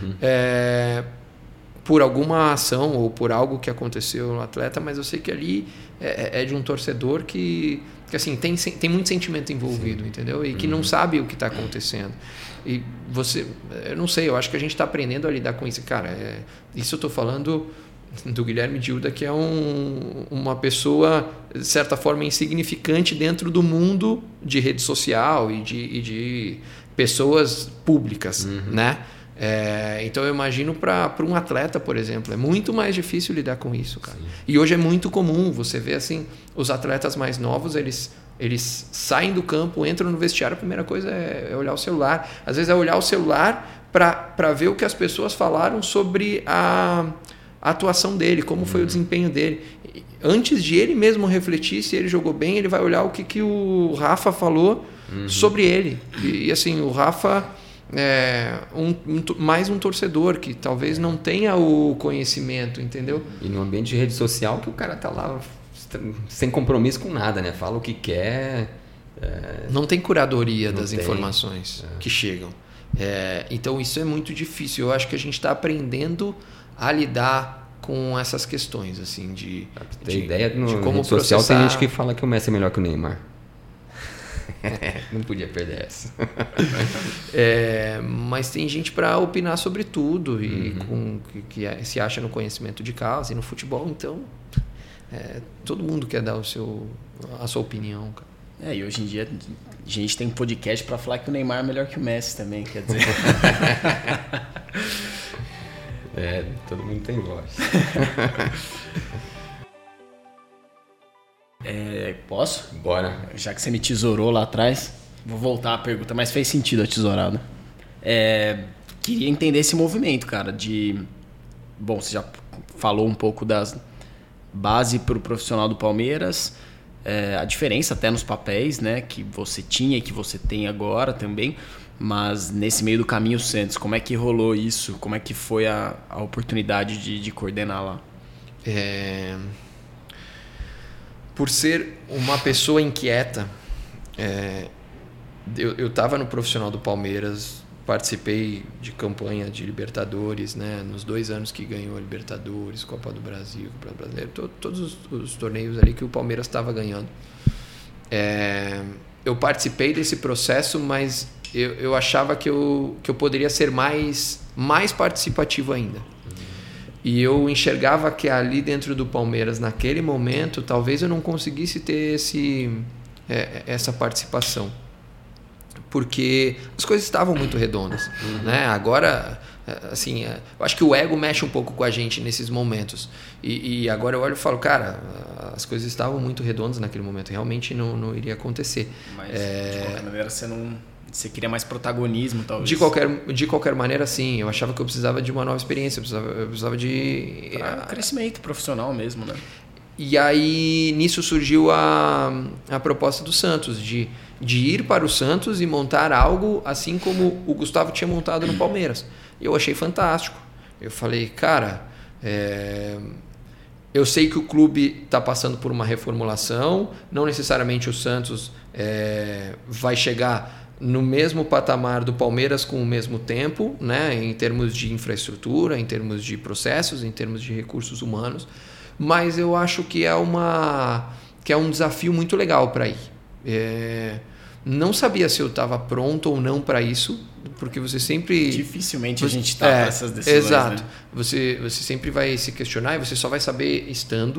por alguma ação ou por algo que aconteceu no atleta, mas eu sei que ali é de um torcedor que assim, tem muito sentimento envolvido, entendeu? E que não sabe o que está acontecendo. E eu não sei, eu acho que a gente está aprendendo a lidar com isso. Cara, isso eu estou falando do Guilherme Gilda, que é uma pessoa, de certa forma, insignificante dentro do mundo de rede social e de pessoas públicas, né? Então eu imagino para um atleta, por exemplo, é muito mais difícil lidar com isso, cara. Sim. E hoje é muito comum, você vê assim, os atletas mais novos, eles saem do campo, entram no vestiário, a primeira coisa é olhar o celular. Às vezes é olhar o celular para ver o que as pessoas falaram sobre a atuação dele, como foi o desempenho dele. Antes de ele mesmo refletir se ele jogou bem, ele vai olhar o que o Rafa falou sobre ele. E assim, o Rafa é mais um torcedor que talvez não tenha o conhecimento, entendeu? E no ambiente de rede social que o cara tá lá sem compromisso com nada, né? Fala o que quer. Não tem curadoria das informações que chegam. Então isso é muito difícil. Eu acho que a gente está aprendendo a lidar com essas questões, assim, de ideia, no de como rede social processar. tem gente que fala que o Messi é melhor que o Neymar. Não podia perder essa. Mas tem gente para opinar sobre tudo e que se acha no conhecimento de causa e no futebol, então todo mundo quer dar a sua opinião, cara. E hoje em dia a gente tem podcast para falar que o Neymar é melhor que o Messi também, quer dizer. Todo mundo tem voz. Posso? Bora. Já que você me tesourou lá atrás, vou voltar à pergunta, mas fez sentido a tesourada. Queria entender esse movimento, cara, Bom, você já falou um pouco das base para o profissional do Palmeiras, a diferença até nos papéis, né, que você tinha e que você tem agora também, mas nesse meio do caminho, Santos, como é que rolou isso? Como é que foi a oportunidade de coordenar lá? Por ser uma pessoa inquieta, eu estava no profissional do Palmeiras, participei de campanha de Libertadores, né, nos 2 anos que ganhou a Libertadores, Copa do Brasil, Copa do Brasileiro, todos os torneios ali que o Palmeiras estava ganhando. Eu participei desse processo, mas eu achava que eu poderia ser mais participativo ainda. E eu enxergava que ali dentro do Palmeiras, naquele momento, talvez eu não conseguisse ter essa participação. Porque as coisas estavam muito redondas. Né? Agora, assim, eu acho que o ego mexe um pouco com a gente nesses momentos. E agora eu olho e falo, cara, as coisas estavam muito redondas naquele momento. Realmente não iria acontecer. Mas, de qualquer maneira, você queria mais protagonismo, talvez? De qualquer maneira, sim. Eu achava que eu precisava de uma nova experiência. Eu precisava de... crescimento profissional mesmo, né? E aí, nisso surgiu a proposta do Santos, de ir para o Santos e montar algo assim como o Gustavo tinha montado no Palmeiras. E eu achei fantástico. Eu falei, cara, eu sei que o clube está passando por uma reformulação, não necessariamente o Santos vai chegar no mesmo patamar do Palmeiras com o mesmo tempo, né, em termos de infraestrutura, em termos de processos, em termos de recursos humanos, mas eu acho que é um desafio muito legal para ir. Não sabia se eu estava pronto ou não para isso, porque você sempre... Dificilmente a gente está para essas decisões. Exato. Né? Você sempre vai se questionar e você só vai saber estando.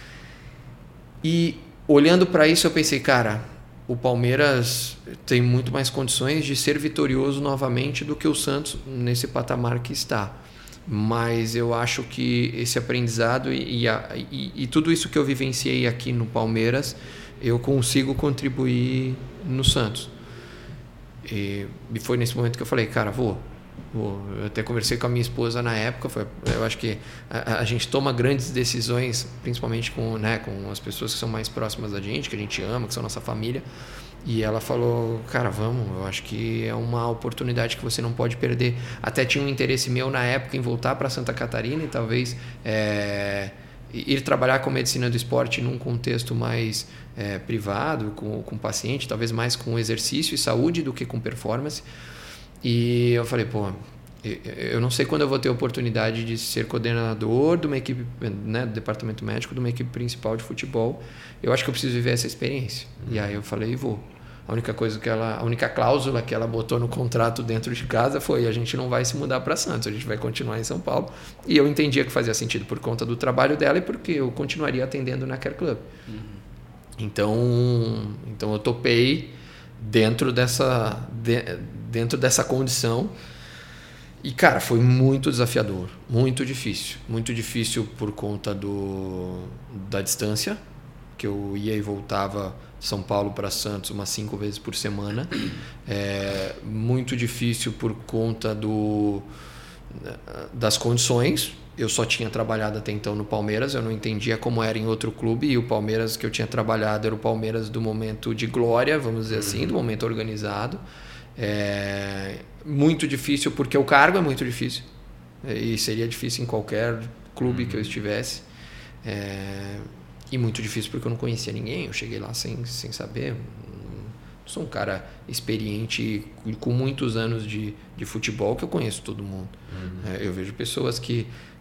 E olhando para isso eu pensei, cara, o Palmeiras tem muito mais condições de ser vitorioso novamente do que o Santos nesse patamar que está. Mas eu acho que esse aprendizado e tudo isso que eu vivenciei aqui no Palmeiras, eu consigo contribuir no Santos. E foi nesse momento que eu falei, cara, vou. Eu até conversei com a minha esposa na época. Eu acho que a gente toma grandes decisões, principalmente com as pessoas que são mais próximas da gente, que a gente ama, que são nossa família. E ela falou, cara, vamos, eu acho que é uma oportunidade que você não pode perder. Até tinha um interesse meu na época em voltar para Santa Catarina e talvez ir trabalhar com medicina do esporte num contexto mais privado, com paciente, talvez mais com exercício e saúde do que com performance. E eu falei, eu não sei quando eu vou ter a oportunidade de ser coordenador de uma equipe, né, do departamento médico, de uma equipe principal de futebol. Eu acho que eu preciso viver essa experiência. E aí eu falei, vou. A única cláusula que ela botou no contrato dentro de casa foi: a gente não vai se mudar para Santos, a gente vai continuar em São Paulo. E eu entendia que fazia sentido por conta do trabalho dela e porque eu continuaria atendendo na Care Club. Então eu topei dentro dessa condição. E, cara, foi muito desafiador, muito difícil por conta da distância, que eu ia e voltava de São Paulo para Santos umas 5 vezes por semana. Muito difícil por conta das condições. Eu só tinha trabalhado até então no Palmeiras, eu não entendia como era em outro clube, e o Palmeiras que eu tinha trabalhado era o Palmeiras do momento de glória, vamos dizer assim, do momento organizado. Muito difícil porque o cargo é muito difícil, e seria difícil em qualquer clube que eu estivesse, e muito difícil porque eu não conhecia ninguém. Eu cheguei lá sem saber. Sou um cara experiente com muitos anos de futebol, que eu conheço todo mundo. Eu vejo pessoas que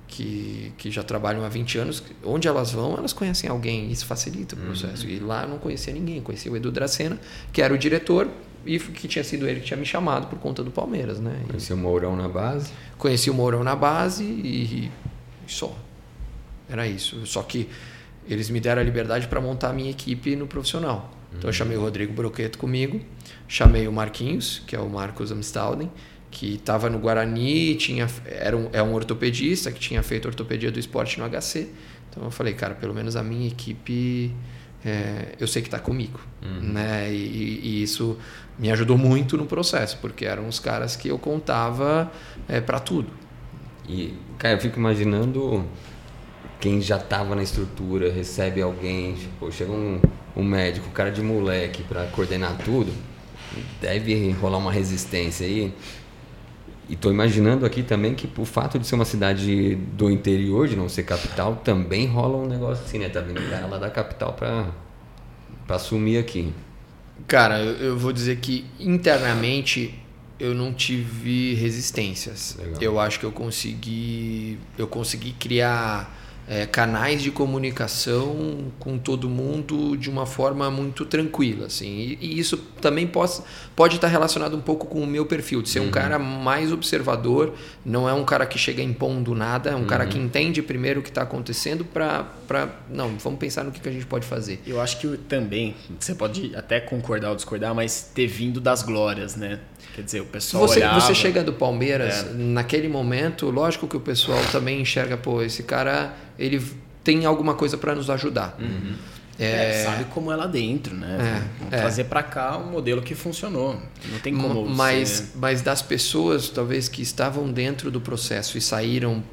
que já trabalham há 20 anos, onde elas vão, elas conhecem alguém, isso facilita o processo. E lá eu não conhecia ninguém, conhecia o Edu Dracena, que era o diretor, e que tinha sido ele que tinha me chamado por conta do Palmeiras, né? Conheci o Mourão na base? Conheci o Mourão na base e só. Era isso. Só que eles me deram a liberdade para montar a minha equipe no profissional. Então eu chamei o Rodrigo Broqueto comigo, chamei o Marquinhos, que é o Marcos Amstalden, que estava no Guarani, é um ortopedista que tinha feito ortopedia do esporte no HC. Então eu falei, cara, pelo menos a minha equipe eu sei que está comigo. Né? E isso me ajudou muito no processo, porque eram os caras que eu contava para tudo. E, cara, eu fico imaginando quem já estava na estrutura, recebe alguém, tipo, chega um médico, cara de moleque para coordenar tudo, deve rolar uma resistência aí. E estou imaginando aqui também que o fato de ser uma cidade do interior, de não ser capital, também rola um negócio assim, né? Tá vindo lá da capital para assumir aqui. Cara, eu vou dizer que internamente eu não tive resistências. Legal. Eu acho que eu consegui criar canais de comunicação com todo mundo de uma forma muito tranquila, assim. E isso também pode estar relacionado um pouco com o meu perfil, de ser um cara mais observador, não é um cara que chega impondo nada, é um cara que entende primeiro o que está acontecendo não, vamos pensar no que a gente pode fazer. Eu acho que também, você pode até concordar ou discordar, mas ter vindo das glórias, né? Quer dizer, o pessoal olhava... Você chega do Palmeiras, naquele momento, lógico que o pessoal também enxerga, esse cara, ele tem alguma coisa para nos ajudar. Sabe como é lá dentro, né? Trazer para cá um modelo que funcionou. Não tem como mas das pessoas, talvez, que estavam dentro do processo e saíram...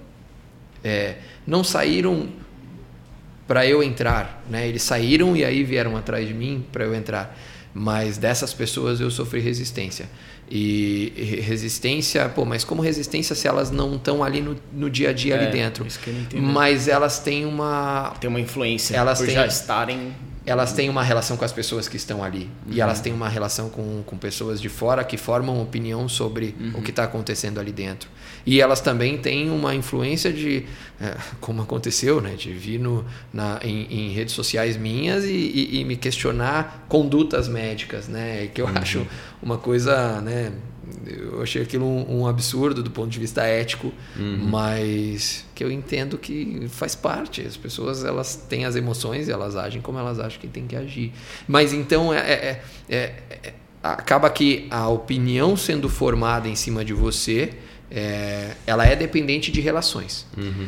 não saíram para eu entrar, né? Eles saíram e aí vieram atrás de mim para eu entrar. Mas dessas pessoas eu sofri resistência. E resistência, mas como resistência se elas não estão ali no dia a dia ali dentro? Isso que eu não entendo. Mas elas têm uma... Tem uma influência já estarem... Elas têm uma relação com as pessoas que estão ali. E elas têm uma relação com pessoas de fora que formam opinião sobre o que está acontecendo ali dentro. E elas também têm uma influência de... como aconteceu, né? De vir em redes sociais minhas e me questionar condutas médicas, né? Que eu acho uma coisa... né? Eu achei aquilo um absurdo do ponto de vista ético, mas que eu entendo que faz parte. As pessoas, elas têm as emoções e elas agem como elas acham que tem que agir. Mas então acaba que a opinião sendo formada em cima de você, ela é dependente de relações.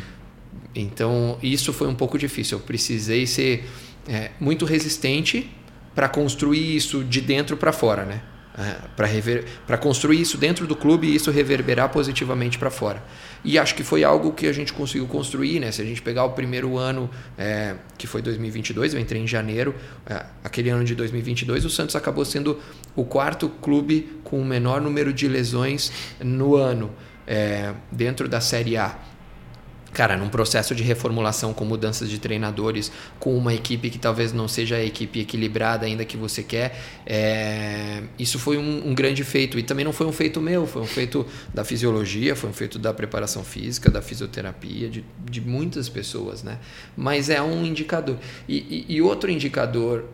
Então isso foi um pouco difícil. Eu precisei ser muito resistente para construir isso de dentro para fora, né? Para construir isso dentro do clube e isso reverberar positivamente para fora. E acho que foi algo que a gente conseguiu construir, né? Se a gente pegar o primeiro ano, que foi 2022, eu entrei em janeiro, aquele ano de 2022, o Santos acabou sendo o quarto clube com o menor número de lesões no ano, dentro da Série A. Cara, num processo de reformulação com mudanças de treinadores, com uma equipe que talvez não seja a equipe equilibrada ainda que você quer, isso foi um grande feito. E também não foi um feito meu, foi um feito da fisiologia, foi um feito da preparação física, da fisioterapia, de muitas pessoas, né? Mas é um indicador. E outro indicador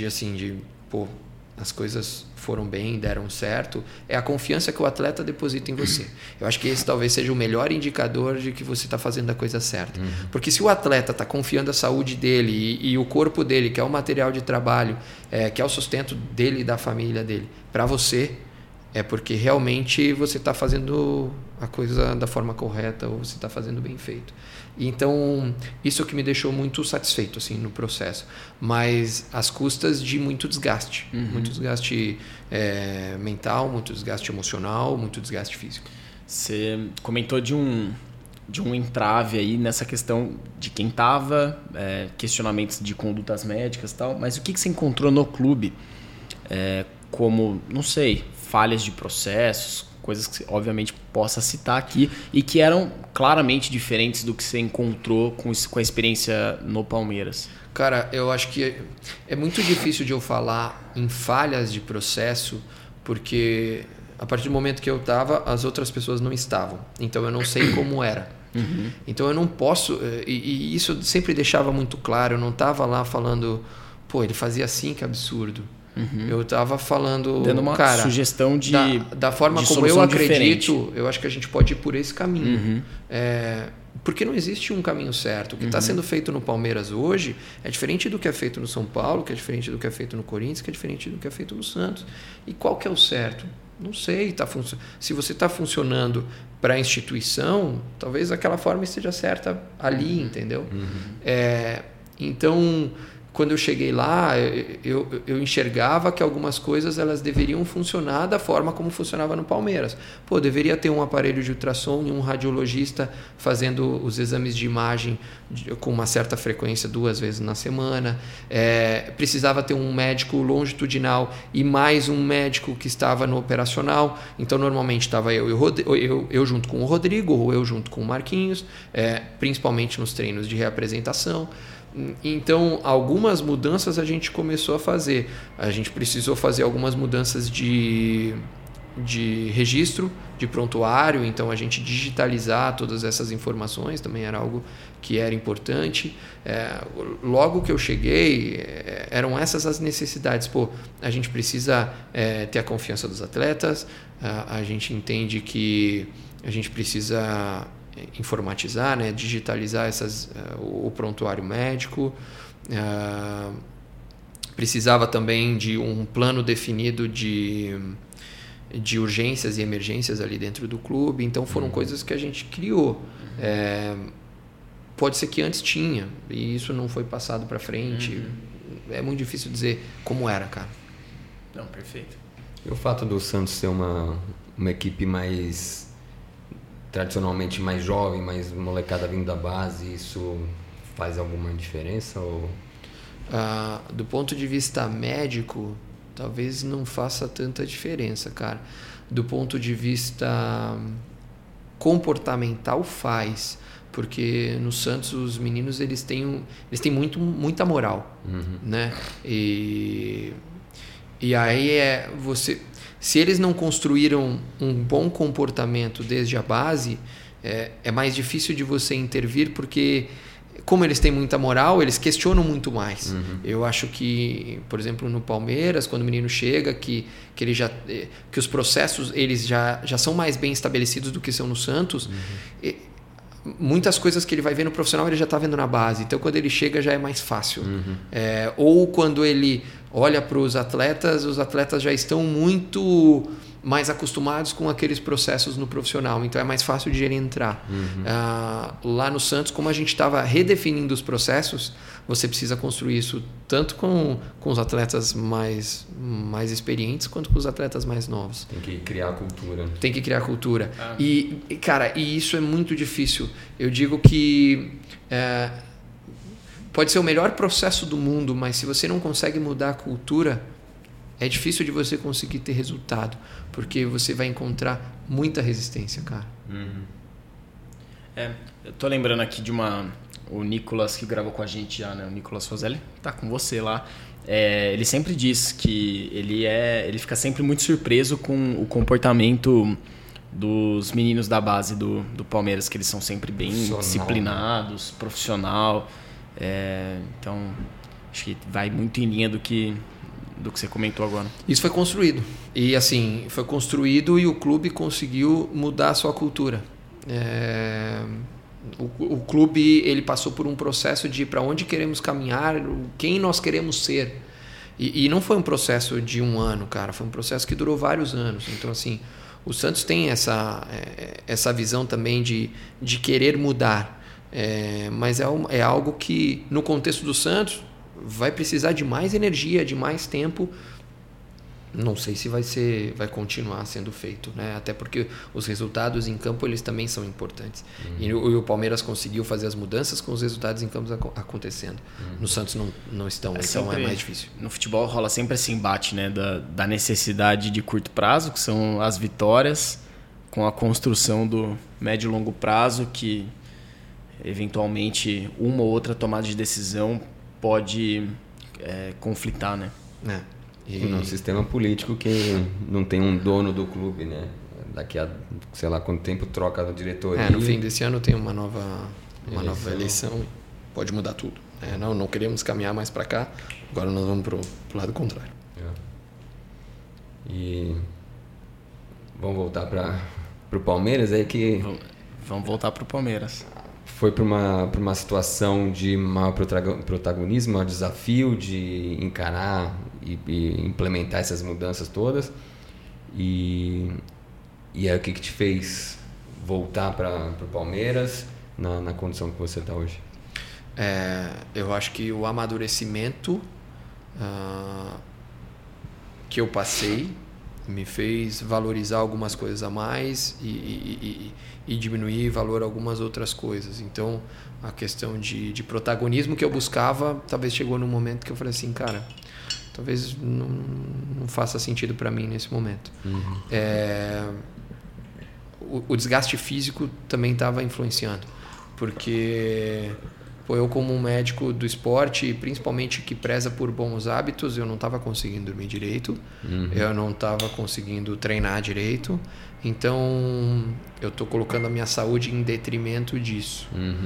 as coisas foram bem, deram certo, é a confiança que o atleta deposita em você. Eu acho que esse talvez seja o melhor indicador de que você está fazendo a coisa certa. Porque se o atleta está confiando a saúde dele e o corpo dele, que é o material de trabalho, que é o sustento dele e da família dele, para você, é porque realmente você está fazendo a coisa da forma correta ou você está fazendo bem feito. Então, isso que me deixou muito satisfeito assim, no processo. Mas às custas de muito desgaste. Muito desgaste mental, muito desgaste emocional, muito desgaste físico. Você comentou de um entrave aí nessa questão de quem estava, questionamentos de condutas médicas e tal, mas o que você encontrou no clube como, não sei, falhas de processos, coisas que você obviamente possa citar aqui e que eram claramente diferentes do que você encontrou com a experiência no Palmeiras? Cara, eu acho que é muito difícil de eu falar em falhas de processo, porque a partir do momento que eu estava, as outras pessoas não estavam. Então eu não sei como era. Então eu não posso, e isso sempre deixava muito claro, eu não estava lá falando, pô, ele fazia assim, que absurdo. Eu estava falando, dando uma cara, sugestão da forma de como eu acredito, diferente. eu acho que a gente pode ir por esse caminho. Porque não existe um caminho certo. O que está sendo feito no Palmeiras hoje é diferente do que é feito no São Paulo, que é diferente do que é feito no Corinthians, que é diferente do que é feito no Santos. E qual que é o certo? Não sei. Se você está funcionando para a instituição, talvez aquela forma esteja certa ali, entendeu? Então, quando eu cheguei lá, eu enxergava que algumas coisas elas deveriam funcionar da forma como funcionava no Palmeiras. Pô, deveria ter um aparelho de ultrassom e um radiologista fazendo os exames de imagem com uma certa frequência 2 vezes na semana. Precisava ter um médico longitudinal e mais um médico que estava no operacional. Então, normalmente estava eu junto com o Rodrigo ou eu junto com o Marquinhos, principalmente nos treinos de reapresentação. Então, algumas mudanças a gente começou a fazer. A gente precisou fazer algumas mudanças de registro, de prontuário. Então, a gente digitalizar todas essas informações também era algo que era importante. Logo que eu cheguei, eram essas as necessidades. Pô, a gente precisa ter a confiança dos atletas. A gente entende que a gente precisa informatizar, né, digitalizar o prontuário médico. Precisava também de um plano definido de urgências e emergências ali dentro do clube. Então foram coisas que a gente criou. Pode ser que antes tinha e isso não foi passado para frente. É muito difícil dizer como era, cara. Não, perfeito. E o fato do Santos ser uma equipe mais tradicionalmente mais jovem, mais molecada vindo da base, isso faz alguma diferença? Ou... do ponto de vista médico, talvez não faça tanta diferença, cara. Do ponto de vista comportamental faz, porque no Santos os meninos eles têm muita moral, né? E aí se eles não construíram um bom comportamento desde a base, é mais difícil de você intervir, porque como eles têm muita moral, eles questionam muito mais. Eu acho que, por exemplo, no Palmeiras, quando o menino chega, que os processos eles já são mais bem estabelecidos do que são no Santos, muitas coisas que ele vai ver no profissional ele já está vendo na base. Então, quando ele chega, já é mais fácil. Ou quando ele olha para os atletas já estão muito mais acostumados com aqueles processos no profissional. Então, é mais fácil de ele entrar. Lá no Santos, como a gente estava redefinindo os processos, você precisa construir isso tanto com os atletas mais experientes quanto com os atletas mais novos. Tem que criar a cultura. Tem que criar a cultura. E, cara, isso é muito difícil. Eu digo que pode ser o melhor processo do mundo, mas se você não consegue mudar a cultura, é difícil de você conseguir ter resultado, porque você vai encontrar muita resistência, cara. Eu tô lembrando aqui de o Nicolas, que gravou com a gente já, né? O Nicolas Roselli tá com você lá. Ele sempre diz que ele fica sempre muito surpreso com o comportamento dos meninos da base do Palmeiras, que eles são sempre bem disciplinados, profissional. Então, acho que vai muito em linha do que você comentou agora. Isso foi construído. E assim, foi construído e o clube conseguiu mudar a sua cultura. O clube ele passou por um processo de para onde queremos caminhar, quem nós queremos ser. E não foi um processo de um ano, cara. Foi um processo que durou vários anos. Então, assim, o Santos tem essa visão também de querer mudar. Mas é algo que, no contexto do Santos, vai precisar de mais energia, de mais tempo. Não sei se vai continuar sendo feito, né? Até porque os resultados em campo eles também são importantes. E o Palmeiras conseguiu fazer as mudanças com os resultados em campo acontecendo. No Santos não estão, então é mais difícil. No futebol rola sempre esse embate, né? Da necessidade de curto prazo, que são as vitórias, com a construção do médio e longo prazo, que eventualmente uma ou outra tomada de decisão pode conflitar, né? E um sistema político que não tem um dono do clube, né? daqui a, sei lá quanto tempo, troca a diretoria. No fim desse ano tem uma nova eleição. Pode mudar tudo. Não queremos caminhar mais para cá, agora nós vamos pro lado contrário. E vamos voltar para o Palmeiras aí que... Vamos voltar para o Palmeiras. Foi para uma situação de maior protagonismo, maior desafio de encarar e implementar essas mudanças todas. E aí o que te fez voltar para o Palmeiras na condição que você está hoje? Eu acho que o amadurecimento que eu passei me fez valorizar algumas coisas a mais e diminuir valor a algumas outras coisas. Então, a questão de protagonismo que eu buscava, talvez chegou num momento que eu falei assim, cara, talvez não faça sentido para mim nesse momento. O desgaste físico também estava influenciando, porque eu como um médico do esporte, principalmente que preza por bons hábitos, eu não estava conseguindo dormir direito, eu não estava conseguindo treinar direito, então eu estou colocando a minha saúde em detrimento disso.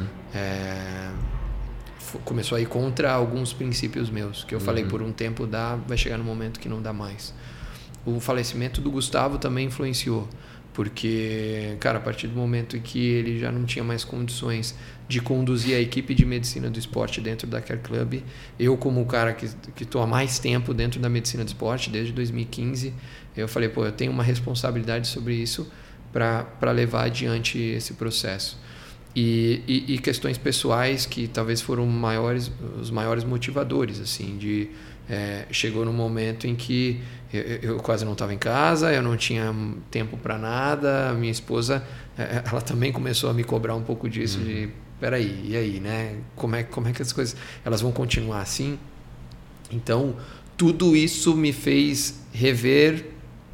Começou a ir contra alguns princípios meus, que eu falei por um tempo vai chegar no momento que não dá mais. O falecimento do Gustavo também influenciou, porque, cara, a partir do momento em que ele já não tinha mais condições de conduzir a equipe de medicina do esporte dentro da Care Club, eu como o cara que estou há mais tempo dentro da medicina do esporte, desde 2015, eu falei, eu tenho uma responsabilidade sobre isso para levar adiante esse processo. E questões pessoais que talvez foram os maiores motivadores, assim, chegou num momento em que eu quase não estava em casa, eu não tinha tempo para nada, a minha esposa, ela também começou a me cobrar um pouco disso, de peraí, e aí, né? Como é que as coisas elas vão continuar assim? Então, tudo isso me fez rever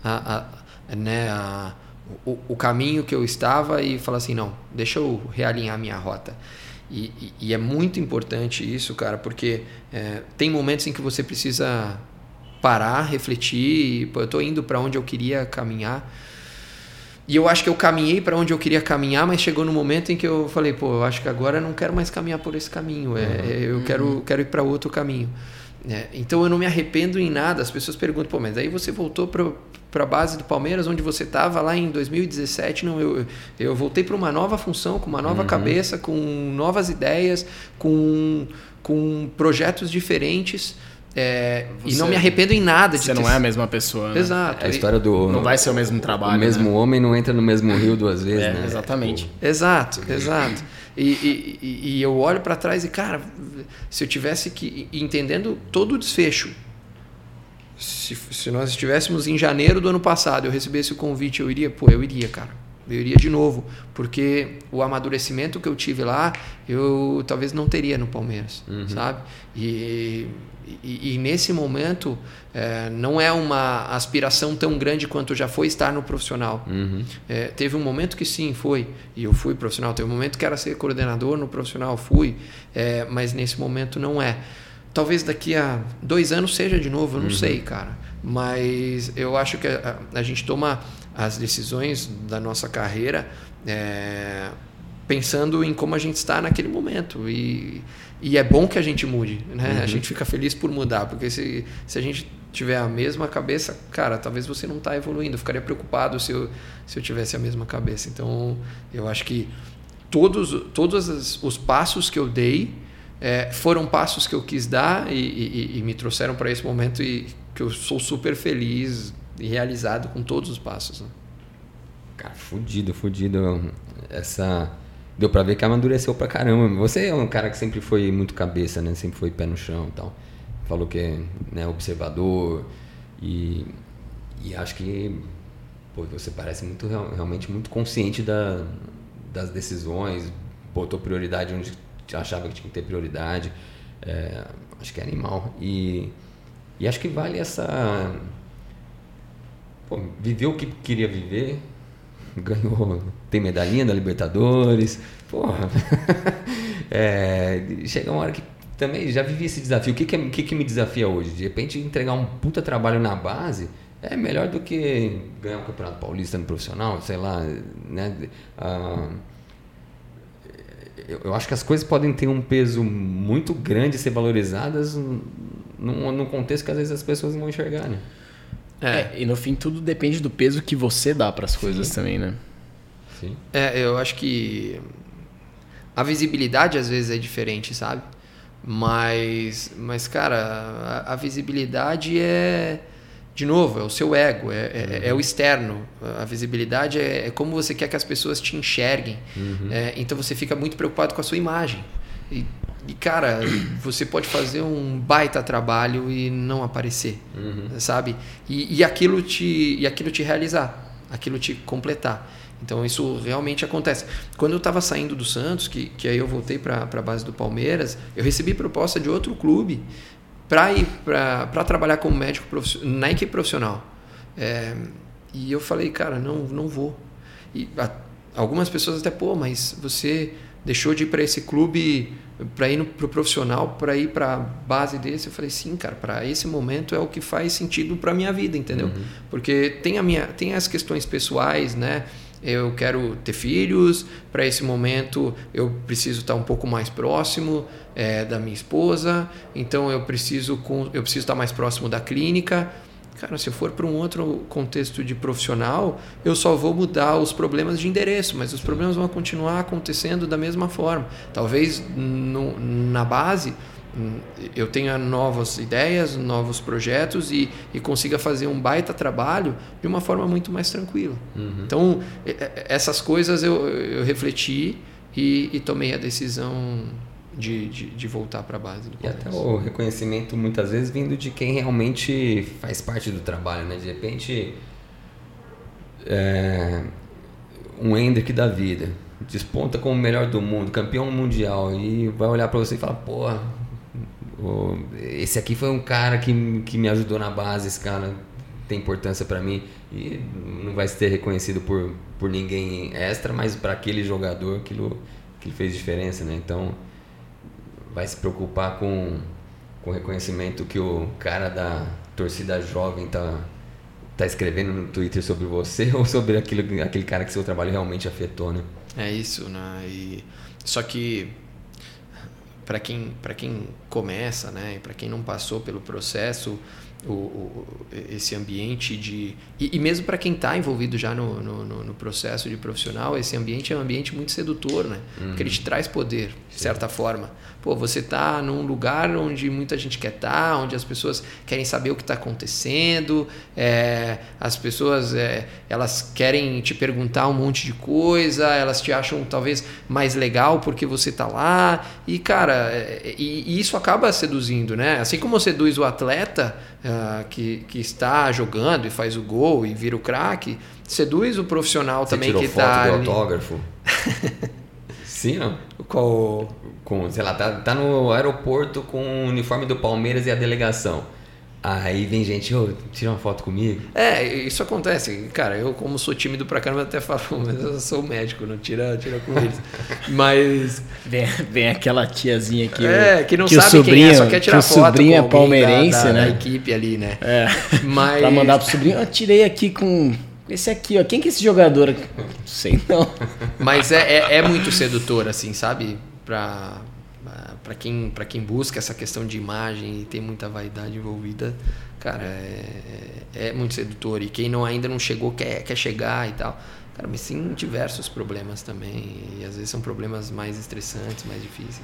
o caminho que eu estava e falar assim, não, deixa eu realinhar minha rota. E é muito importante isso, cara, porque tem momentos em que você precisa parar, refletir, eu estou indo para onde eu queria caminhar. E eu acho que eu caminhei para onde eu queria caminhar, mas chegou no momento em que eu falei, eu acho que agora eu não quero mais caminhar por esse caminho, eu quero ir para outro caminho. Então eu não me arrependo em nada. As pessoas perguntam, mas aí você voltou para a base do Palmeiras, onde você estava lá em 2017? Não, eu voltei para uma nova função, com uma nova cabeça, com novas ideias, com projetos diferentes. E não me arrependo em nada disso. Você não é a mesma pessoa, né? Exato. É a história do... Não vai ser o mesmo trabalho, o mesmo né? homem não entra no mesmo rio duas vezes, né? Exatamente. Exato. E eu olho para trás e, cara, se eu tivesse entendendo todo o desfecho, se nós estivéssemos em janeiro do ano passado, eu recebesse o convite, eu iria, cara. Eu iria de novo, porque o amadurecimento que eu tive lá, eu talvez não teria no Palmeiras, sabe? E nesse momento, não é uma aspiração tão grande quanto já foi estar no profissional. Teve um momento que sim, foi, e eu fui profissional. Teve um momento que era ser coordenador no profissional, fui, mas nesse momento não é. Talvez daqui a 2 anos seja de novo, eu não sei, cara. Mas eu acho que a gente toma as decisões da nossa carreira pensando em como a gente está naquele momento. E é bom que a gente mude, né? A gente fica feliz por mudar, porque se a gente tiver a mesma cabeça, cara, talvez você não está evoluindo. Eu ficaria preocupado se eu tivesse a mesma cabeça. Então, eu acho que todos os passos que eu dei foram passos que eu quis dar e me trouxeram para esse momento e que eu sou super feliz e realizado com todos os passos, né? Cara, fudido. Deu pra ver que amadureceu pra caramba. Você é um cara que sempre foi muito cabeça, né? Sempre foi pé no chão e tal. Falou que é observador e acho que você parece realmente muito consciente das decisões, botou prioridade onde achava que tinha que ter prioridade. Acho que é animal. E acho que vale essa... viveu o que queria viver, ganhou, tem medalhinha da Libertadores, chega uma hora que também já vivi esse desafio. O que me desafia hoje? De repente entregar um puta trabalho na base, é melhor do que ganhar um campeonato paulista no profissional, sei lá, né? Eu acho que as coisas podem ter um peso muito grande e ser valorizadas num contexto que às vezes as pessoas não vão enxergar, né? E no fim tudo depende do peso que você dá para as coisas também, né? Sim. Eu acho que a visibilidade às vezes é diferente, sabe? Mas cara, a visibilidade de novo, é o seu ego, é o externo. A visibilidade é como você quer que as pessoas te enxerguem. Então você fica muito preocupado com a sua imagem. E cara, você pode fazer um baita trabalho e não aparecer, sabe? E aquilo te realizar, aquilo te completar. Então isso realmente acontece. Quando eu estava saindo do Santos, que aí eu voltei para a base do Palmeiras, eu recebi proposta de outro clube para ir para trabalhar como médico na equipe profissional. E eu falei, cara, não vou. E algumas pessoas até, mas você deixou de ir para esse clube para ir para o profissional, para ir para a base desse? Eu falei, sim, cara, para esse momento é o que faz sentido para a minha vida, entendeu? Porque tem as questões pessoais, né? Eu quero ter filhos, para esse momento eu preciso estar um pouco mais próximo da minha esposa, então eu preciso estar mais próximo da clínica. Cara, se eu for para um outro contexto de profissional, eu só vou mudar os problemas de endereço, mas os problemas vão continuar acontecendo da mesma forma. Talvez na base eu tenha novas ideias, novos projetos e consiga fazer um baita trabalho de uma forma muito mais tranquila. Então, essas coisas eu refleti e tomei a decisão de voltar para a base do Palmeiras. E até o reconhecimento muitas vezes vindo de quem realmente faz parte do trabalho, né? De repente, um Hendrick da vida desponta como o melhor do mundo, campeão mundial, e vai olhar para você e falar, esse aqui foi um cara que me ajudou na base, esse cara tem importância para mim, e não vai ser reconhecido por ninguém extra, mas para aquele jogador aquilo fez diferença, né? Então vai se preocupar com o reconhecimento que o cara da torcida jovem tá escrevendo no Twitter sobre você ou sobre aquele cara que seu trabalho realmente afetou, né? É isso, né? Só que para quem começa, né, e para quem não passou pelo processo, esse ambiente e mesmo para quem está envolvido já no processo de profissional, esse ambiente é um ambiente muito sedutor, né? Porque ele te traz poder, de certa forma. Você está num lugar onde muita gente quer estar, onde as pessoas querem saber o que está acontecendo, as pessoas elas querem te perguntar um monte de coisa, elas te acham talvez mais legal porque você está lá, e cara, e isso acaba seduzindo, né? Assim como seduz o atleta que está jogando e faz o gol e vira o craque, seduz o profissional você também tirou que foto está do ali. Autógrafo? Sim, não? Sei lá, tá no aeroporto com o uniforme do Palmeiras e a delegação. Aí vem gente, tira uma foto comigo. Isso acontece. Cara, eu como sou tímido pra caramba até falo, mas eu sou médico, não tira com eles. Mas... Vem aquela tiazinha que não que sabe sobrinho, quem é, só quer tirar foto o sobrinho com é palmeirense, da né? equipe ali, né? Mas... Pra mandar pro sobrinho, eu tirei aqui com... Esse aqui, ó. Quem que é esse jogador? Não sei, não. Mas é muito sedutor, assim, sabe? Pra quem busca essa questão de imagem e tem muita vaidade envolvida, cara, é muito sedutor. E quem ainda não chegou quer chegar e tal. Cara, mas tem diversos problemas também. E às vezes são problemas mais estressantes, mais difíceis.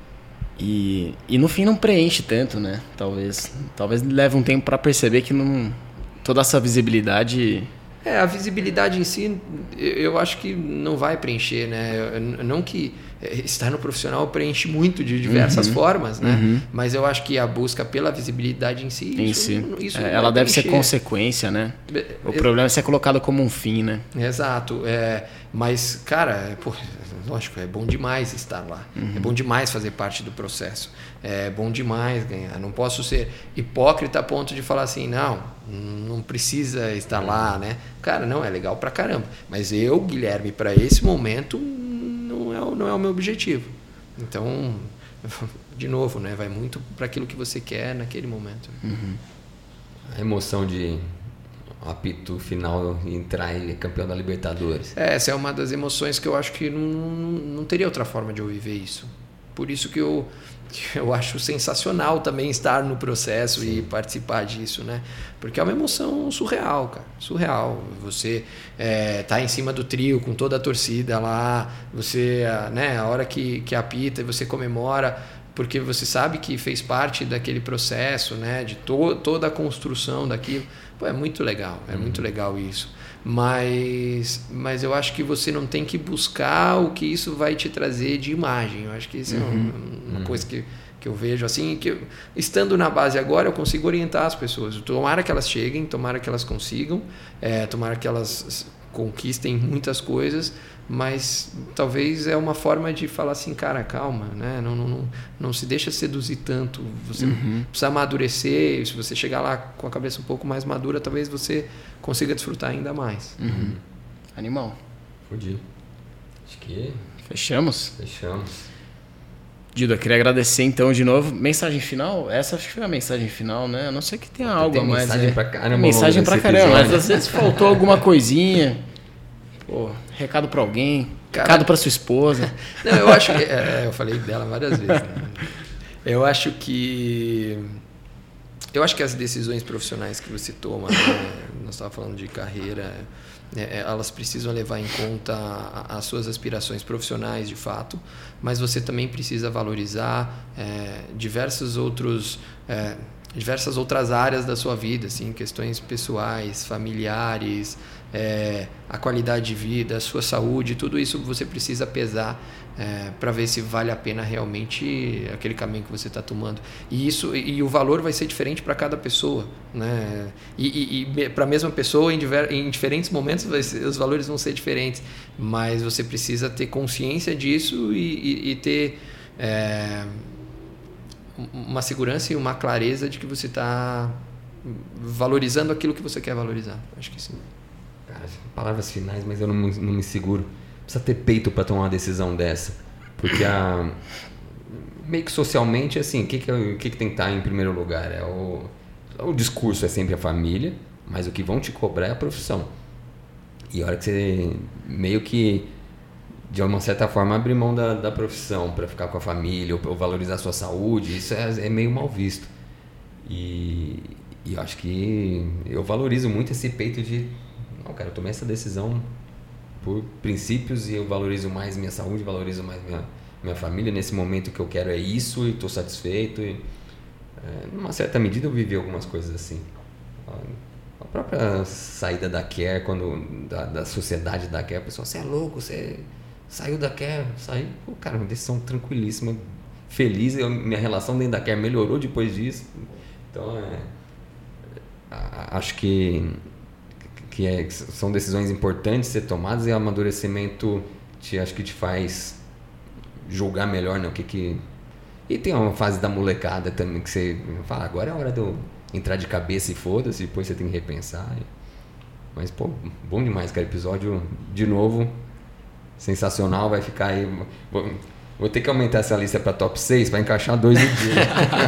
E no fim não preenche tanto, né? Talvez leve um tempo para perceber que não toda essa visibilidade... A visibilidade em si, eu acho que não vai preencher, né? Não que estar no profissional preenche muito de diversas formas, né? Mas eu acho que a busca pela visibilidade em si, isso ela deve ser consequência, né? O problema é ser colocado como um fim, né? Exato. Mas, cara, lógico, é bom demais estar lá. É bom demais fazer parte do processo. É bom demais ganhar. Não posso ser hipócrita a ponto de falar assim, não precisa estar lá, né? Cara, não, é legal pra caramba. Mas eu, Guilherme, para esse momento, não é o meu objetivo. Então, de novo, né? Vai muito para aquilo que você quer naquele momento. A emoção de o apito final e entrar e campeão da Libertadores. Essa é uma das emoções que eu acho que não teria outra forma de eu viver isso. Por isso que eu acho sensacional também estar no processo. Sim. E participar disso, né? Porque é uma emoção surreal, cara. Surreal. Você tá em cima do trio com toda a torcida lá, você, né, a hora que apita e você comemora, porque você sabe que fez parte daquele processo, né, de toda a construção daquilo. Pô, é muito legal, muito legal isso. Mas eu acho que você não tem que buscar o que isso vai te trazer de imagem. Eu acho que isso é uma coisa que eu vejo assim, que estando na base agora eu consigo orientar as pessoas. Tomara que elas cheguem, tomara que elas consigam, tomara que elas conquistem muitas coisas, mas talvez é uma forma de falar assim, cara, calma, né? Não se deixa seduzir tanto, você precisa amadurecer, se você chegar lá com a cabeça um pouco mais madura, talvez você consiga desfrutar ainda mais. Animal. Fudido. Acho que... Fechamos? Fechamos. Dido, eu queria agradecer então de novo. Mensagem final? Essa acho que foi a mensagem final, né? A não ser que tenha algo a mais. Mensagem pra caramba. Mensagem pra caramba, mas às vezes faltou alguma coisinha. Pô, recado pra alguém, recado pra sua esposa. Não, eu acho que... eu falei dela várias vezes. Né? Eu acho que as decisões profissionais que você toma, né? Nós estávamos falando de carreira, elas precisam levar em conta as suas aspirações profissionais de fato, mas você também precisa valorizar diversas outras áreas da sua vida, assim, questões pessoais, familiares, a qualidade de vida, a sua saúde, tudo isso você precisa pesar para ver se vale a pena realmente aquele caminho que você está tomando. E o valor vai ser diferente para cada pessoa, né? E para a mesma pessoa, em diferentes momentos, os valores vão ser diferentes, mas você precisa ter consciência disso e ter uma segurança e uma clareza de que você está valorizando aquilo que você quer valorizar. Acho que sim. Cara, palavras finais, mas eu não me seguro. Precisa ter peito para tomar uma decisão dessa. Porque meio que socialmente, assim, o que tem que estar em primeiro lugar? O discurso é sempre a família, mas o que vão te cobrar é a profissão. E a hora que você meio que, de uma certa forma, abrir mão da profissão para ficar com a família ou valorizar a sua saúde, isso é meio mal visto. E eu acho que eu valorizo muito esse peito de... Não, cara, eu tomei essa decisão por princípios e eu valorizo mais minha saúde, valorizo mais minha família. Nesse momento que eu quero é isso e estou satisfeito. Numa certa medida eu vivi algumas coisas assim. A própria saída da Care, da sociedade da Care, a pessoa, você é louco, você saiu da Care, saiu. Pô, cara, uma decisão tranquilíssima, feliz. Minha relação dentro da Care melhorou depois disso. Então, acho que são decisões importantes ser tomadas, e o amadurecimento acho que te faz julgar melhor, né? E tem uma fase da molecada também que você fala, agora é a hora de eu entrar de cabeça e foda-se, depois você tem que repensar. Mas, pô, bom demais, cara. Episódio, de novo, sensacional, vai ficar aí... Vou ter que aumentar essa lista para top 6 para encaixar 2 no dia.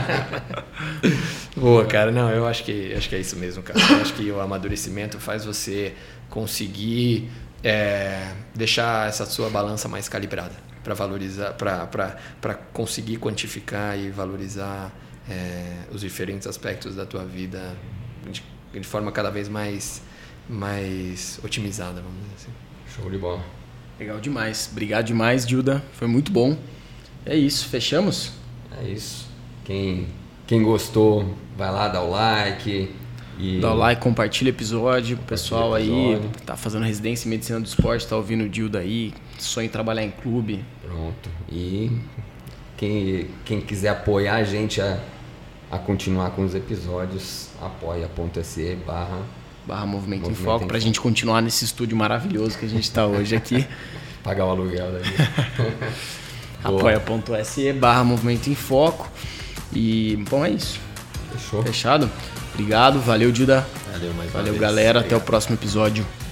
Boa, cara. Não, eu acho que é isso mesmo, cara. Eu acho que o amadurecimento faz você conseguir deixar essa sua balança mais calibrada para valorizar, para conseguir quantificar e valorizar os diferentes aspectos da tua vida de forma cada vez mais otimizada, vamos dizer assim. Show de bola. Legal demais. Obrigado demais, Dilda. Foi muito bom. É isso. Fechamos? É isso. Quem gostou, vai lá, dá o like. Dá o like, compartilha o episódio. O pessoal aí tá fazendo residência em medicina do esporte, tá ouvindo o Dilda aí, sonha em trabalhar em clube. Pronto. E quem quiser apoiar a gente a continuar com os episódios, apoia.se/Movimento em Foco, pra gente continuar nesse estúdio maravilhoso que a gente tá hoje aqui. Pagar o aluguel daí. apoia.se/Movimento em Foco. E, bom, é isso. Fechou. Fechado? Obrigado, valeu, Dilda. Valeu, mais uma Valeu, vez. galera. Obrigado. Até o próximo episódio.